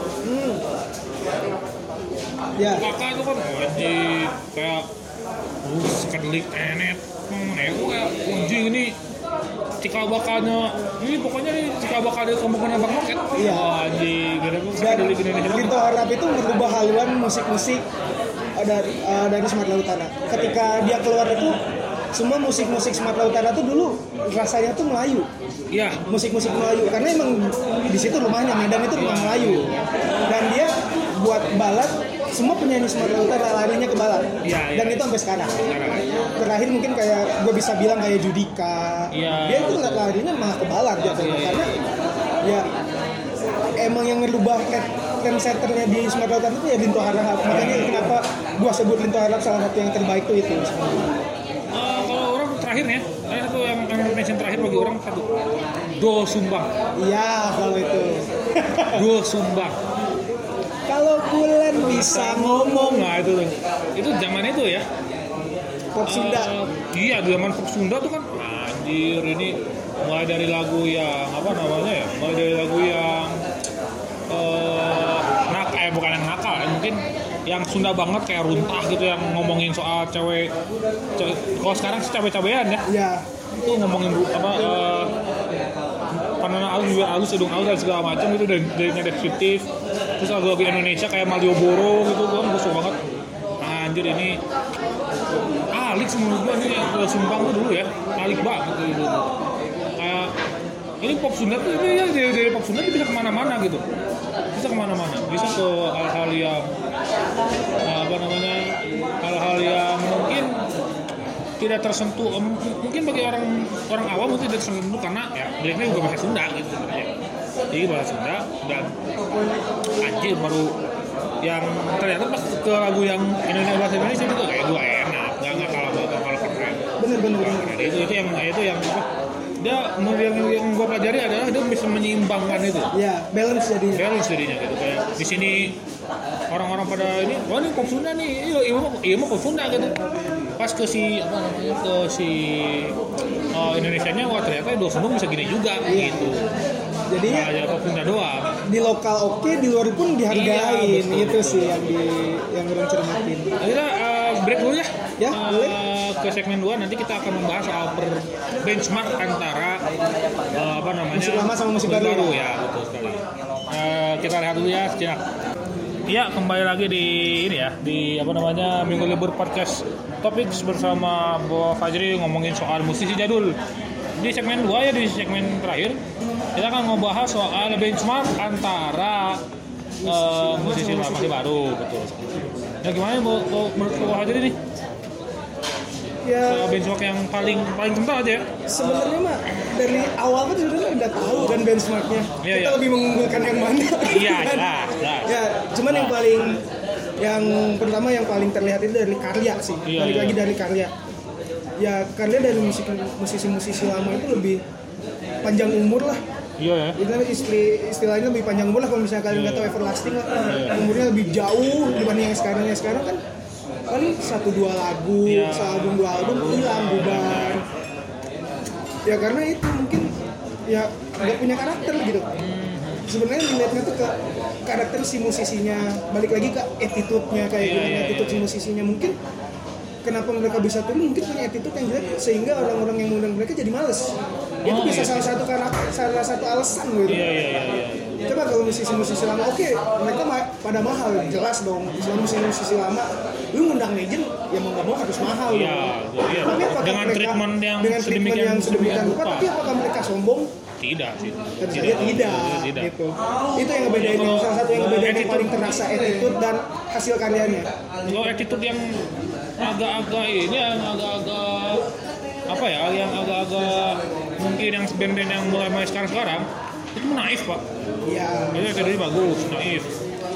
Ya. Kakak tuh kan wajib kayak sekedelik enet nego kayak anjing ini cikal bakalnya ini pokoknya nih cikal bakalnya kemungkinan Bang Market. Iya. Anjing beda gue Dan sekedelik Indonesia. Rinto Harahap itu merubah haluan musik-musik dari Sumatera Utara. Ketika dia keluar itu semua musik-musik Sumatera Utara tuh dulu rasanya tuh Melayu. Iya. Musik-musik Melayu karena emang di situ rumahnya Medan itu rumah Melayu. Dan dia buat balad semua penyanyi Sumatera Utara larinya ke balad. Iya, Dan iya. itu sampai sekarang. Terakhir mungkin kayak gue bisa bilang kayak Judika. Iya. Dia itu nggak larinya malah ke balad jatuhnya Iya. karena ya emang yang ngerubah trendsetternya di Sumatera Utara itu ya Rinto Harahap. Makanya kenapa gua sebut Rinto Harahap salah satu yang terbaik tuh itu. Kalau orang terakhir ya, ada satu yang mention terakhir bagi orang satu. Do Sumbang. Iya kalau itu. Do Sumbang. Kalau bulan bisa ngomong. Nah itu zaman itu ya. Pop Sunda. Iya zaman pop Sunda tuh kan anjir ini mulai dari lagu yang apa namanya ya, mulai dari lagu yang bukan yang nakal ya, mungkin yang Sunda banget kayak Runtah gitu yang ngomongin soal cewek kalau sekarang sih cabe-cabean ya. Iya. Itu ngomongin apa pandangan halus juga halus hidung halus dan segala macam itu dari deskriptif. Terus lagu-lagu Indonesia kayak Malioboro gitu kan gue suka banget. Anjir ini alik menurut gue nih Sumbang tuh dulu ya alik banget gitu. Kayak ini pop Sunda tuh ini ya dari pop Sunda bisa kemana-mana gitu. Bisa kemana-mana, bisa ke hal-hal yang apa namanya hal-hal yang mungkin tidak tersentuh mungkin bagi orang awam mungkin tidak tersentuh karena ya liriknya juga bahasa Sunda gitu ya. Jadi bahasa Sunda dan anjir baru yang ternyata pas ke lagu yang Indonesia bahasa Indonesia juga kayak gua enak nggak kalah banget kalau keren. Bener. Nah, itu yang apa dia yang gua pelajari adalah dia bisa menyeimbangkan itu. Iya, balance jadinya Gitu kayak di sini orang-orang pada ini wah ini pop Sunda nih iya mah pop Sunda gitu pas ke si apa namanya ke si Indonesianya wah ternyata Do Sumbang bisa gini juga gitu jadinya ya pop Sunda doang di lokal oke di luar pun dihargain. Iya, betul. Itu sih yang orang cermatin. kita break dulu ya Ya, boleh. Ke segmen 2 nanti kita akan membahas soal benchmark antara apa namanya Musik lama sama musik baru. ya betul sekali. Kita lihat dulu ya sejenak. Ya kembali lagi di ini ya di apa namanya Minggu Libur Podcast Topics bersama Bawa Fajri ngomongin soal musisi jadul. Di segmen 2 ya di segmen terakhir kita akan ngebahas soal benchmark antara musisi lama dan baru betul. Ya gimana menurut Bawa Fajri nih? Ya Benchmark yang paling kental aja ya. sebenarnya mah dari awal kan sebenarnya udah tahu kan benchmarknya. Iya, Kita iya. lebih mengunggulkan yang mana? Iya, kan? jelas. Ya, cuman yang pertama yang paling terlihat itu dari karya sih. Iya, Balik iya. lagi dari karya. Ya karya dari musisi-musisi lama itu lebih panjang umur lah. Iya ya. Istilahnya lebih panjang umur lah kalau misalnya kalian nggak tahu everlasting lah. Umurnya lebih jauh dibanding yang sekarang kan paling 1-2 lagu, Iya. sealbum 2 album hilang bubar. Ya karena itu mungkin ya nggak punya karakter gitu. Sebenarnya dilihatnya tuh ke karakter si musisinya, balik lagi ke attitude-nya kayak gimana attitude si musisinya mungkin. Kenapa mereka bisa turun? Mungkin punya attitude yang jelek sehingga orang-orang yang mengundang mereka jadi males. Itu bisa salah satu alasan gitu. Iya. Coba kalau musisi-musisi lama, oke, mereka pada mahal, jelas dong. Misalnya musisi-musisi lama, lu ngundang legend, ya mau nggak mau harus mahal Iya, dong. iya. Tapi apakah Dengan treatment yang sedemikian rupa, tapi apakah mereka sombong? Tidak sih. Tentu saja tidak. Gitu. Itu yang ngebedain, salah satu yang ngebedain yang paling terasa attitude dan hasil karyanya. Kalau attitude yang agak-agak ini yang agak-agak apa ya, yang agak-agak mungkin yang band-band yang mulai sekarang itu naif pak. Iya. Itu tadi bagus, naif.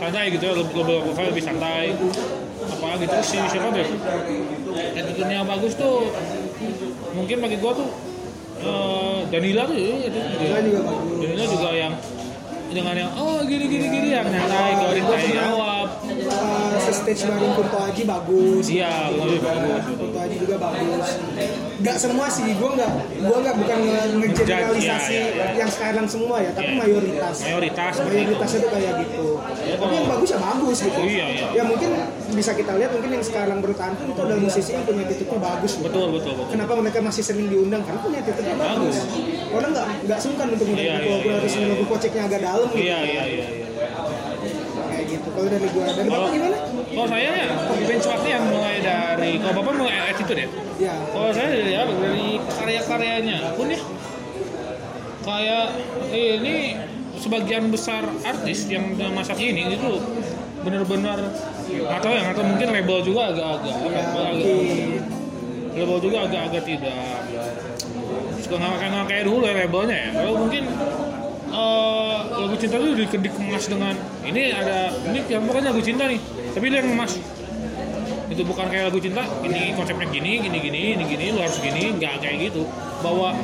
santai gitu ya, lebih santai apa gitu. Si siapa tuh attitude-nya bagus tuh mungkin bagi gua tuh Danila tuh ya, Danila juga yang dengan yang gini yang nyantai jawab. Stage baru Kunto Aji bagus. Iya, bagus. Kunto Aji juga bagus. Gak semua sih, gue bukan ngegeneralisasi yang sekarang semua ya, tapi mayoritas itu kayak gitu. Tapi yang bagus ya bagus gitu. Iya. Ya mungkin bisa kita lihat mungkin yang sekarang bertahan itu adalah musisi yang punya attitude-nya bagus. Betul. Kenapa mereka masih sering diundang? Karena punya attitude-nya bagus. Orang nggak sungkan untuk mengundang walaupun harus menunggu koceknya agak dalam gitu. Iya. Kayak gitu. Kalau dari Bapak gimana? Kalau saya ya benchmarknya yang mulai dari, kalau Bapak mulai attitude ya? Iya. Kalau saya dari karya-karyanya pun ya, kayak ini sebagian besar artis yang masa kini itu benar-benar atau mungkin label juga agak label juga agak tidak suka nggak kayak dulu ya labelnya ya. Kalau mungkin lagu cinta itu dikemas dengan ini pokoknya lagu cinta nih, tapi dia yang emas itu bukan kayak lagu cinta ini konsepnya gini lu harus gini, nggak kayak gitu. Bahwa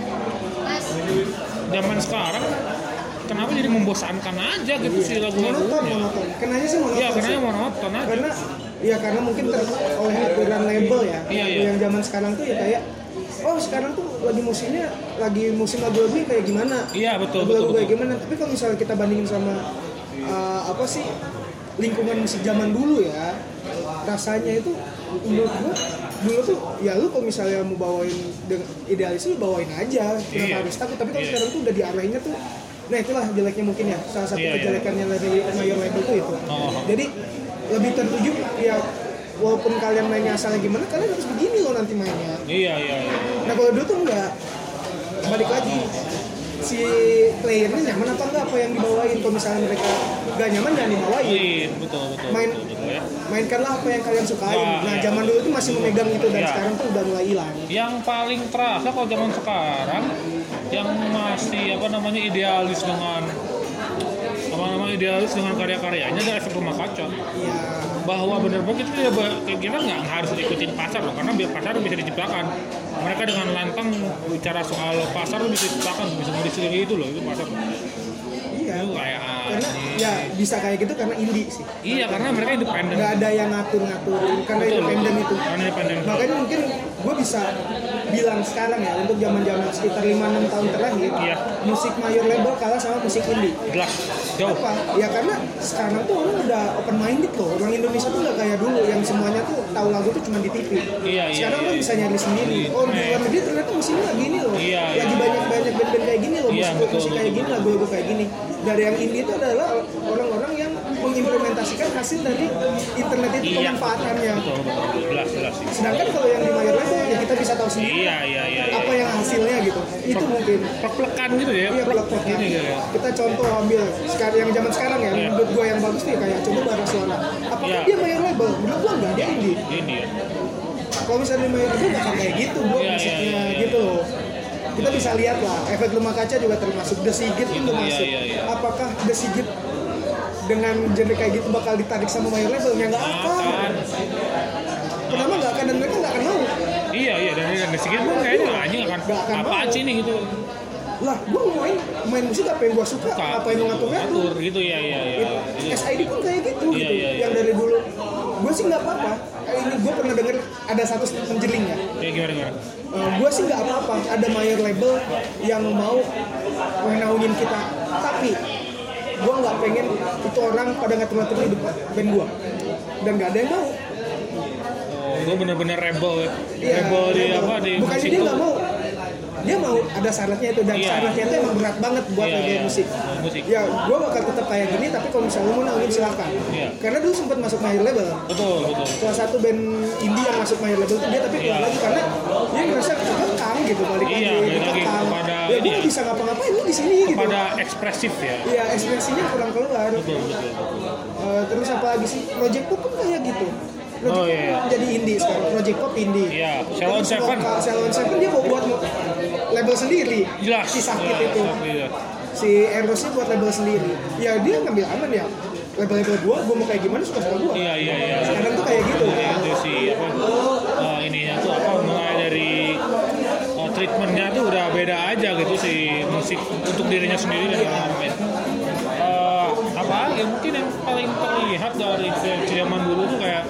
zaman sekarang kenapa jadi membosankan aja gitu sih lagu-lagunya. Monoton. Kenanya sih monoton. Iya, kenanya monoton aja. Karena mungkin oleh aturan label ya. Iya. Yang zaman sekarang tuh ya kayak sekarang tuh lagi musim lagu-lagunya kayak gimana? Iya, betul. Kayak gimana? Tapi kalau misalnya kita bandingin sama lingkungan musik zaman dulu ya, rasanya itu menurut gue dulu tuh ya lu kalau misalnya mau bawain dengan idealis lu bawain aja, kenapa harus takut. Tapi kalau sekarang tuh udah diarahinnya tuh, nah itulah jeleknya mungkin ya, salah satu kejelekannya dari major label tuh itu. Jadi lebih tertuju ya, walaupun kalian mainnya asalnya gimana, kalian harus begini loh nanti mainnya. Iya. Nah kalau dulu tuh enggak, balik lagi si playernya nyaman apa enggak apa yang dibawain. Kalau misalnya mereka enggak nyaman jangan dibawain. Betul. Mainkanlah apa yang kalian sukain. Zaman dulu tuh masih memegang itu, dan sekarang tuh udah mulai hilang. Yang paling terasa kalau zaman sekarang yang masih idealis dengan karya-karyanya adalah efek rumah kaca. Iya. Bahwa benar-benar kita nggak harus ikutin pasar loh, karena biar pasar bisa diciptakan. Mereka dengan lantang bicara soal pasar bisa diciptakan, bisa modifikasi itu loh, itu pasar. Iya. Itu kayak karena ya bisa kayak gitu karena indie sih. Iya, karena mereka independen. Nggak ada yang ngatur-ngaturin karena independen itu. Makanya mungkin gue bisa bilang sekarang ya, untuk zaman-zaman sekitar 5-6 tahun terakhir, musik major label kalah sama musik indie. Jelas. Jauh. Apa? Ya karena sekarang tuh orang udah open minded loh. Orang Indonesia tuh nggak kayak dulu yang semuanya tuh tahu lagu tuh cuma di TV. Sekarang orang bisa nyari sendiri. Di luar negeri ternyata musiknya kayak gini loh. Lagi banyak band-band kayak gini loh. Musik kayak gini, lagu-lagu kayak gini. Dari yang indie itu adalah orang-orang yang mengimplementasikan hasil dari internet itu, pemanfaatannya. Betul. Jelas. Sedangkan kalau yang di major label ya kita bisa tahu sendiri apa yang hasilnya gitu. Itu mungkin plek-plekan gitu ya. Iya, plek-plekan. Kita contoh ambil sekarang yang zaman sekarang ya, menurut gue yang bagus nih kayak coba Bara Suara. Apakah dia major label? Menurut gue enggak, dia indie. Kalau misalnya di major label enggak kayak gitu, gue musiknya gitu loh. Kita bisa lihat lah, efek rumah kaca juga termasuk, The Sigit itu masuk. Apakah The Sigit dengan genre kayak gitu bakal ditarik sama major label? Ya nggak akan. Kenapa nggak akan, dan mereka nggak akan mau? Iya, dan The Sigit pun kayaknya anjing akan apa aja nih gitu. Lah, gue main musik apa yang gue suka, apa yang ngatur gitu ya. SID pun kayak gitu. Yang dari dulu gue sih nggak apa-apa. Ini gue pernah denger ada satu penjeling ya. Gimana? Gue sih nggak apa-apa. Ada major label yang mau menaungin kita, tapi gue nggak pengen itu orang pada ngatur-ngatur hidup band gue, dan nggak ada yang mau. Gue bener-bener rebel ya. Rebel di bukannya dia nggak mau. Dia mau, ada syaratnya itu, dan syaratnya itu emang berat banget buat musik. Ya, gue bakal tetap kayak gini, tapi kalau misalnya mau naungin silakan. Karena dulu sempat masuk major label. Betul. Salah satu band indie yang masuk major label itu dia, tapi keluar lagi karena dia ngerasa kekang gitu, balik lagi kepada ya gue nggak bisa ngapa-ngapain lu di sini gitu. Kepada ekspresif ya. Iya, ekspresinya kurang keluar. Betul. Terus apa lagi sih? Project Pop pun kayak gitu. Jadi indie sekarang, Project Pop indie. Iya, Salon Seven dia mau buat label sendiri. Jelas. Si Sakit itu. Si Erosnya buat label sendiri. Ya dia ngambil aman ya. label-label gue mau kayak gimana suka gue. Iya. Sekarang tuh kayak gitu. Itu sih ininya tuh mulai dari treatmentnya tuh udah beda aja gitu sih musik untuk dirinya sendiri dan orang-orang. Ya mungkin yang paling terlihat dari zaman dulu tuh kayak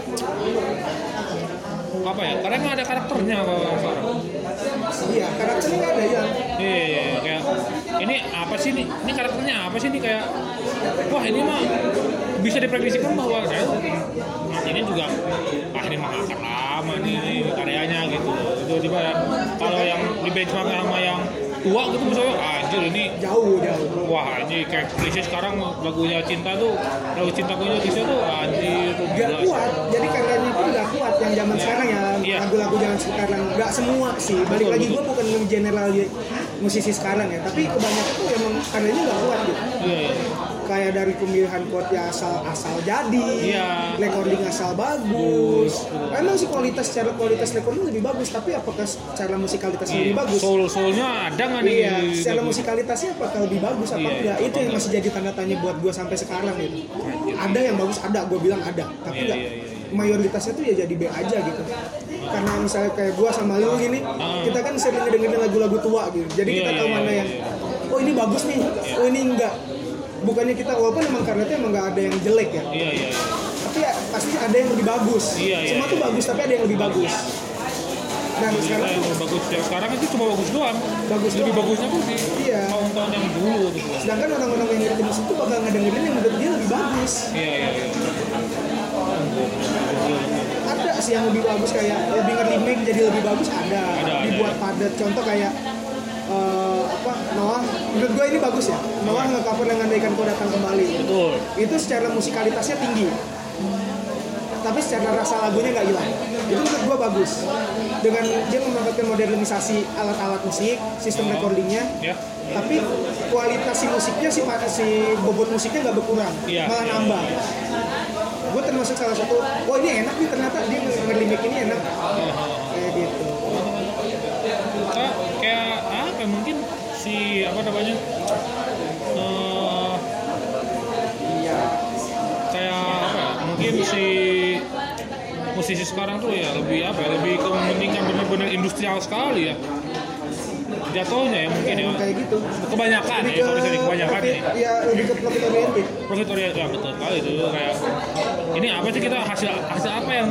apa ya? Karena nggak ada karakternya kalau sekarang. Iya, karakternya nggak ada ya. Iya, kayak ini apa sih nih? Ini karakternya apa sih nih kayak? Wah ini mah bisa diprediksikan bahwa ini juga ini mah akan lama nih karyanya gitu. Itu tiba ya. Kalau yang di benchmark sama yang tua gitu misalnya anjir ini jauh. Wah anjir kayak Krisya sekarang lagunya cinta tuh lagu cinta punya Krisya tuh anjir tuh gak kuat. Jadi karyanya pun gak kuat yang zaman sekarang ya. Lagu-lagu zaman sekarang gak semua sih. Balik lagi gue bukan general musisi sekarang ya, tapi kebanyakan tuh emang karyanya gak kuat gitu. Iya. Kayak dari pemilihan chord ya asal jadi, recording asal bagus. Emang sih secara kualitas recording lebih bagus, tapi apakah secara musikalitasnya lebih bagus? Soul-nya ada nggak nih? Iya, secara musikalitasnya apakah lebih bagus apa enggak? Itu yang masih jadi tanda tanya buat gue sampai sekarang gitu. Ada yang bagus, ada, gue bilang ada, tapi enggak. Mayoritasnya tuh ya jadi B aja gitu. Karena misalnya kayak gue sama lu gini, kita kan sering dengerin lagu-lagu tua gitu. Jadi kita tahu mana yang, oh ini bagus nih, oh ini enggak. Bukannya kita walaupun emang karena itu emang nggak ada yang jelek ya. Iya. Tapi ya, pasti ada yang lebih bagus. Semua tuh bagus tapi ada yang lebih bagus. Dan sekarang yang bagus yang sekarang itu cuma bagus doang. Lebih doang. bagusnya tuh di tahun-tahun yang dulu gitu. Sedangkan orang-orang yang ngerti musik itu bakal ngedengerin yang menurut dia lebih bagus. Iya. Ada sih yang lebih bagus kayak lebih nge-remake jadi lebih bagus ada. Dibuat padat. Contoh kayak Noah, menurut gue ini bagus ya. Noah nge-cover dengan Andaikan Kau Datang Kembali. Betul. Itu secara musikalitasnya tinggi, tapi secara rasa lagunya nggak hilang. Itu menurut gue bagus. Dengan dia memanfaatkan modernisasi alat-alat musik, sistem recordingnya, tapi kualitas musiknya si bobot musiknya nggak berkurang, malah nambah. Gue termasuk salah satu. Oh ini enak nih ternyata dia nge-remake ini enak. Kayak gitu. Kayak apa mungkin si apa namanya kayak apa ya, mungkin si musisi sekarang tuh ya lebih kepentingan benar-benar industrial sekali ya jatuhnya ya mungkin ya kayak gitu kebanyakan ya kalau misalnya kebanyakan ya lebih ke profit oriented ya betul kali itu kayak ini apa sih kita hasil apa yang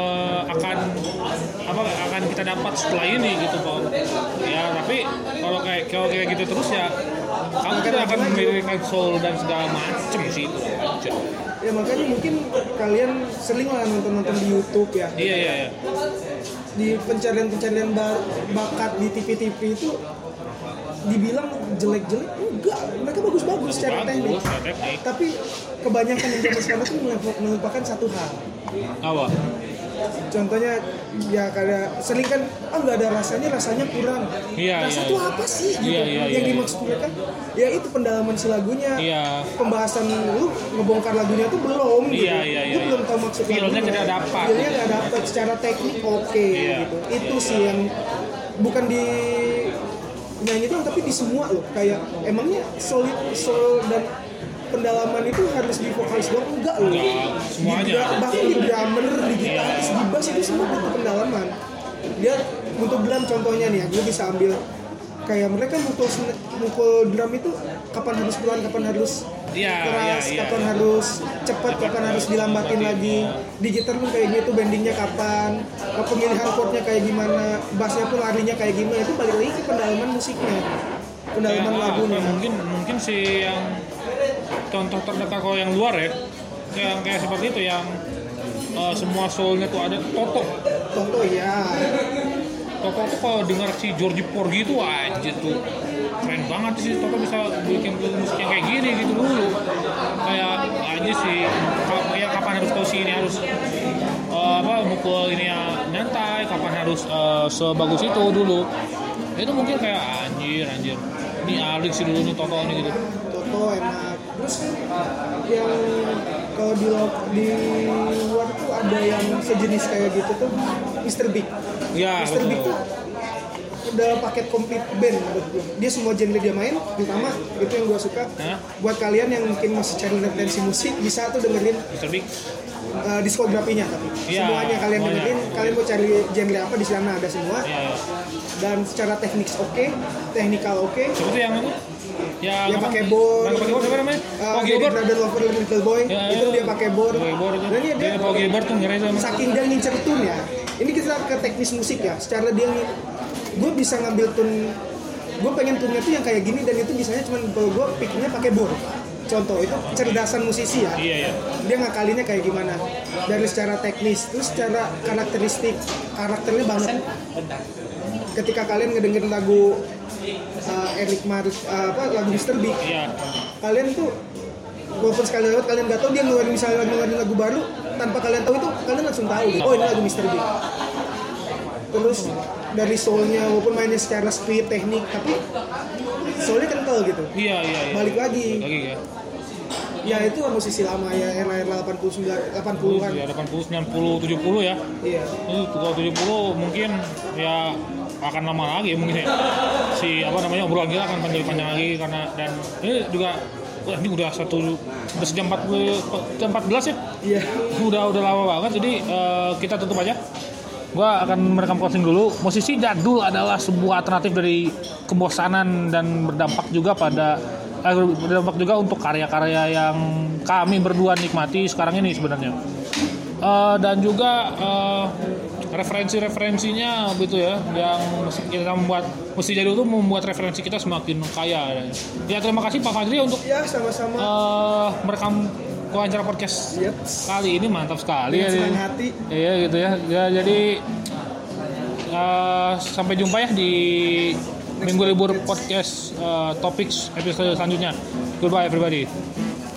akan kita dapat setelah ini gitu Pak ya tapi kalau kayak gitu terus ya kamu kita akan memberikan soul dan segala macem sih itu aja ya makanya mungkin kalian sering lah nonton di YouTube ya iya di pencarian bakat di TV itu dibilang jelek-jelek enggak, mereka bagus-bagus secara teknik. Tapi kebanyakan yang zaman sekarang tuh melupakan satu hal. Apa? Contohnya ya kayak sering kan nggak ada rasanya kurang. Rasa tuh apa sih gitu? Yang dimaksud mereka ya itu pendalaman si lagunya. Pembahasan lu ngebongkar lagunya tuh belum gitu. Lu belum tahu maksud lagunya. Tidak dapat. Feelnya nggak dapat secara teknik gitu. Itu sih yang bukan di nyanyi itu tapi di semua loh kayak emangnya soul dan pendalaman itu harus di vokalis doang enggak loh semuanya bahkan di drummer di gitaris di bass itu semua butuh pendalaman dia untuk drum contohnya nih gue bisa ambil kayak mereka mukul drum itu kapan harus pelan kapan harus keras kapan harus cepat kapan harus dilambatin lagi di gitar pun kayak gitu bendingnya kapan pemilihan chordnya kayak gimana bassnya pun larinya kayak gimana itu balik lagi ke pendalaman musiknya pendalaman lagunya mungkin si yang contoh terdekat kalau yang luar ya yang kayak seperti itu yang semua soulnya tuh ada Toto ya Toto tuh kalau dengar si Georgie Porgy itu aja tuh keren banget sih Toto bisa bikin musik yang kayak gini gitu dulu kayak aja sih ya kapan harus tahu sih ini harus mukul ini ya nyantai kapan harus sebagus itu dulu itu mungkin kayak anjir ini alik sih dulu nih Toto nih gitu Toto enak terus yang kalau di luar tuh ada yang sejenis kayak gitu tuh Mr. Big Mr. Big tuh udah paket komplit band menurut gue. Dia semua genre dia main, terutama itu yang gue suka. Buat kalian yang mungkin masih cari referensi musik, bisa tuh dengerin Mr. Big. Diskografinya tapi semuanya kalian dengerin. Kalian mau cari genre apa di sana ada semua. Dan secara teknik oke, technical oke. Seperti yang itu? Yang pakai board. Yang pakai board apa namanya? Brother Lover Little Boy. Itu dia pakai board. Dan dia pakai board tuh ngeres sama. Saking dia ngincer tune ya. Ini kita ke teknis musik ya. Secara dia gue bisa ngambil tune, gue pengen tune-nya tuh yang kayak gini dan itu bisanya cuma kalau gue picknya pakai board. Contoh itu kecerdasan musisi ya. Iya. Dia ngakalinnya kayak gimana dari secara teknis, terus secara karakternya banget. Ketika kalian ngedengerin lagu Eric Mars lagu Mr. Big, kalian tuh walaupun sekali lewat kalian nggak tahu dia ngeluarin lagu baru, tanpa kalian tahu itu kalian langsung tahu gitu. Oh ini lagu Mr. Big. Terus dari soulnya walaupun mainnya secara speed teknik tapi soulnya kental gitu. Iya. Balik lagi ya. Ya itu musisi lama ya, era 80-an. Ya 80, 90, 70 ya. Iya. Kalau 70 mungkin ya akan lama lagi mungkin ya. Obrolan kita akan panjang lagi karena dan ini juga ini udah sejam 14 ya. Iya. Udah lama banget jadi kita tutup aja. Gua akan merekam closing dulu. Musisi jadul adalah sebuah alternatif dari kebosanan dan berdampak juga untuk karya-karya yang kami berdua nikmati sekarang ini sebenarnya. Dan juga referensinya gitu ya, yang kita membuat musisi jadul itu membuat referensi kita semakin kaya. Ya terima kasih Pak Fajri untuk sama-sama merekam wawancara podcast kali ini, mantap sekali ya. Senang hati. Iya gitu ya. Jadi sampai jumpa ya di Minggu Libur Podcast Topics episode selanjutnya. Goodbye everybody.